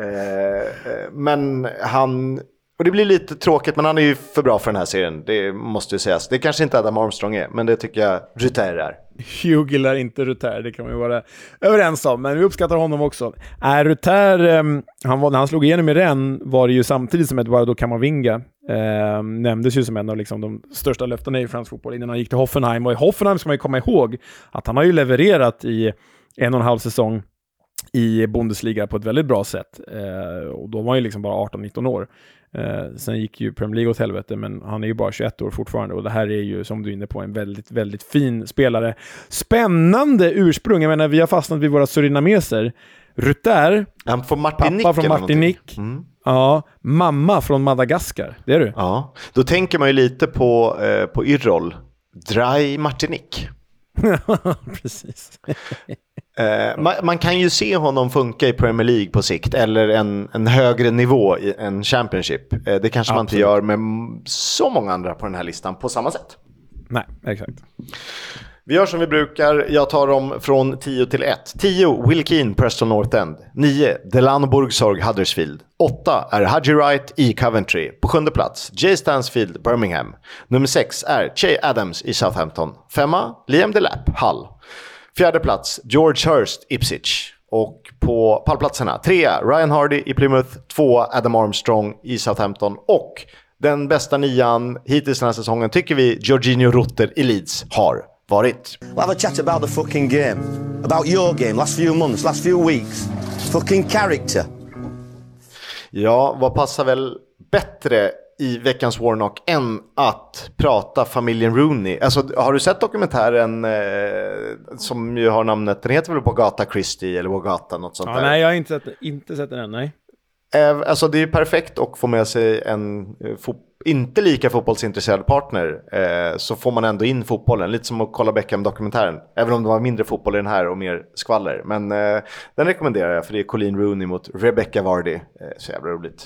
Men och det blir lite tråkigt, men han är ju för bra för den här serien, det måste ju sägas. Det kanske inte Adam Armstrong är, men det tycker jag Rutter är. Hugill är inte Rutter, det kan man ju vara överens om, men vi uppskattar honom också. Rutter, när han slog igenom i Rennes var det ju samtidigt som Eduardo Camavinga nämndes ju som en av liksom de största löftena i fransk fotboll innan han gick till Hoffenheim. Och i Hoffenheim ska man ju komma ihåg att han har ju levererat i 1,5 säsong i Bundesliga på ett väldigt bra sätt. Och då var han ju liksom bara 18-19 år. Sen gick ju Premier League åt helvete, men han är ju bara 21 år fortfarande, och det här är ju, som du är inne på, en väldigt, väldigt fin spelare. Spännande ursprung, jag menar, vi har fastnat vid våra surinameser. Rutter, han får Martinique, pappa från Martinique, ja, mamma från Madagaskar, det är du. Ja, då tänker man ju lite på Yrrol, Dry Martinique. Precis. Man kan ju se honom funka i Premier League på sikt, eller en högre nivå i en Championship. Det kanske man inte gör med så många andra på den här listan på samma sätt. Nej, exakt. Vi gör som vi brukar. Jag tar dem från 10 till 1. 10, Will Keane, Preston North End. 9, Delano Burgsorg, Huddersfield. 8 är Haji Wright i Coventry. På 7:e plats, Jay Stansfield, Birmingham. Nummer 6 är Che Adams i Southampton. 5, Liam Delap, Hull. 4:e plats, George Hurst, Ipswich. Och på pallplatserna 3, Ryan Hardy i Plymouth. 2, Adam Armstrong i Southampton. Och den bästa nian hittills den här säsongen tycker vi Jorginho Rutter i Leeds har varit. We'll have a chat about the fucking game. About your game, last few months, last few weeks. Fucking character. Ja, vad passar väl bättre i veckans Warnock än att prata familjen Rooney? Alltså, har du sett dokumentären som ju har namnet, den heter väl Bogata Christie eller Bogata, något sånt där? Nej, jag har inte sett den än, nej. Alltså det är perfekt att få med sig en inte lika fotbollsintresserad partner, så får man ändå in fotbollen. Lite som att kolla Beckham-dokumentären. Även om det var mindre fotboll i den här och mer skvaller. Men den rekommenderar jag, för det är Colleen Rooney mot Rebecca Vardy. Så jävla roligt.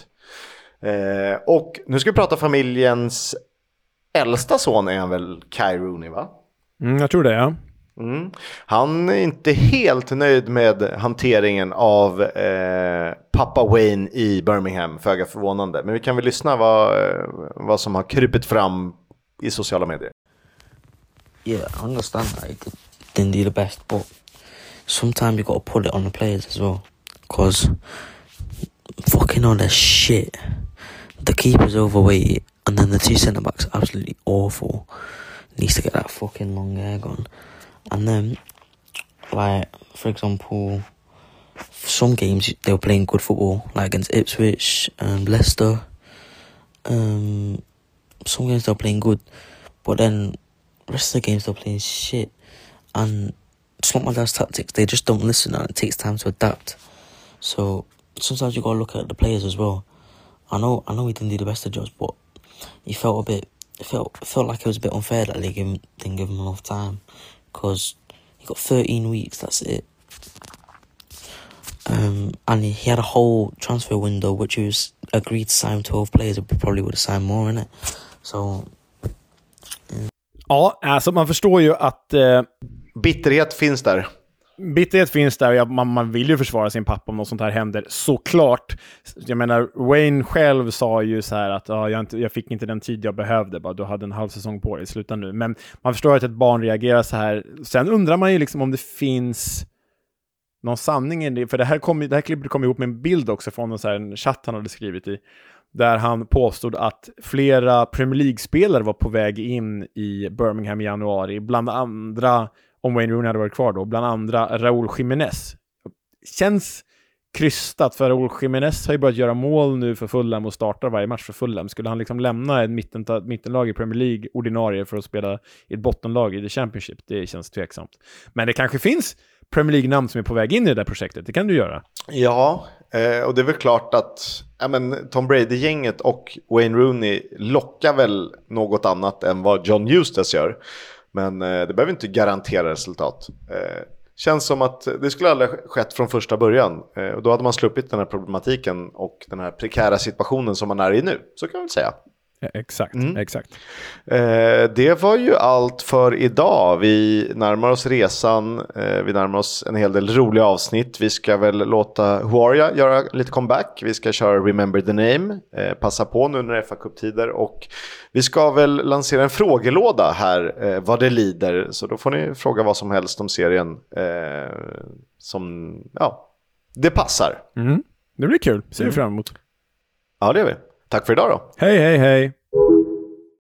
Och nu ska vi prata familjens äldsta son, är han väl Kai Rooney, va? Jag tror det, ja. Han är inte helt nöjd med hanteringen av pappa Wayne i Birmingham, föga förvånande. Men vi kan väl lyssna vad som har krypit fram i sociala medier. Yeah, I understand that he didn't do the best, but sometimes you got to put it on the players as well, because fucking all that shit. The keeper's overweight, and then the two centre backs are absolutely awful. Needs to get that fucking long hair gone. And then, like, for example, some games they were playing good football, like against Ipswich and Leicester. Some games they were playing good, but then rest of the games they're playing shit. And it's not my dad's tactics, they just don't listen, and it takes time to adapt. So sometimes you gotta look at the players as well. I know he didn't do the best of jobs, but he felt like it was a bit unfair that they didn't give him enough time, because he got 13 weeks, that's it. And he had a whole transfer window which he was agreed to sign 12 players, but probably would have signed more in it. So ja, alltså man förstår ju att bitterhet finns där. Bitterhet finns där. Man vill ju försvara sin pappa om något sånt här händer, såklart. Jag menar, Wayne själv sa ju så här att jag fick inte den tid jag behövde, bara du hade en halv säsong på dig, sluta nu. Men man förstår att ett barn reagerar så här. Sen undrar man ju liksom om det finns någon sanning i det, för det här klippet kom ihop med en bild också från en chatt han hade skrivit i, där han påstod att flera Premier League-spelare var på väg in i Birmingham i januari, bland andra, om Wayne Rooney hade varit kvar då, bland andra Raúl Jiménez. Känns krystat, för Raúl Jiménez har ju börjat göra mål nu för Fulham och startar varje match för Fulham. Skulle han liksom lämna ett mittenlag i Premier League ordinarie för att spela i ett bottenlag i The Championship? Det känns tveksamt. Men det kanske finns Premier League-namn som är på väg in i det där projektet. Det kan du göra. Ja, och det är väl klart att Tom Brady-gänget och Wayne Rooney lockar väl något annat än vad John Eustace gör. Men det behöver inte garantera resultat. Känns som att det skulle aldrig skett från första början. Och då hade man sluppit den här problematiken och den här prekära situationen som man är i nu. Så kan man väl säga. Exakt. Det var ju allt för idag. Vi närmar oss resan. Vi närmar oss en hel del roliga avsnitt. Vi ska väl låta Huaria göra lite comeback. Vi ska köra Remember the Name. Passa på nu när det är FA-cuptider. Och vi ska väl lansera en frågelåda här vad det lider. Så då får ni fråga vad som helst om serien som det passar. Det blir kul. Ser vi fram emot. Ja, det gör vi. Tack för idag då. Hej.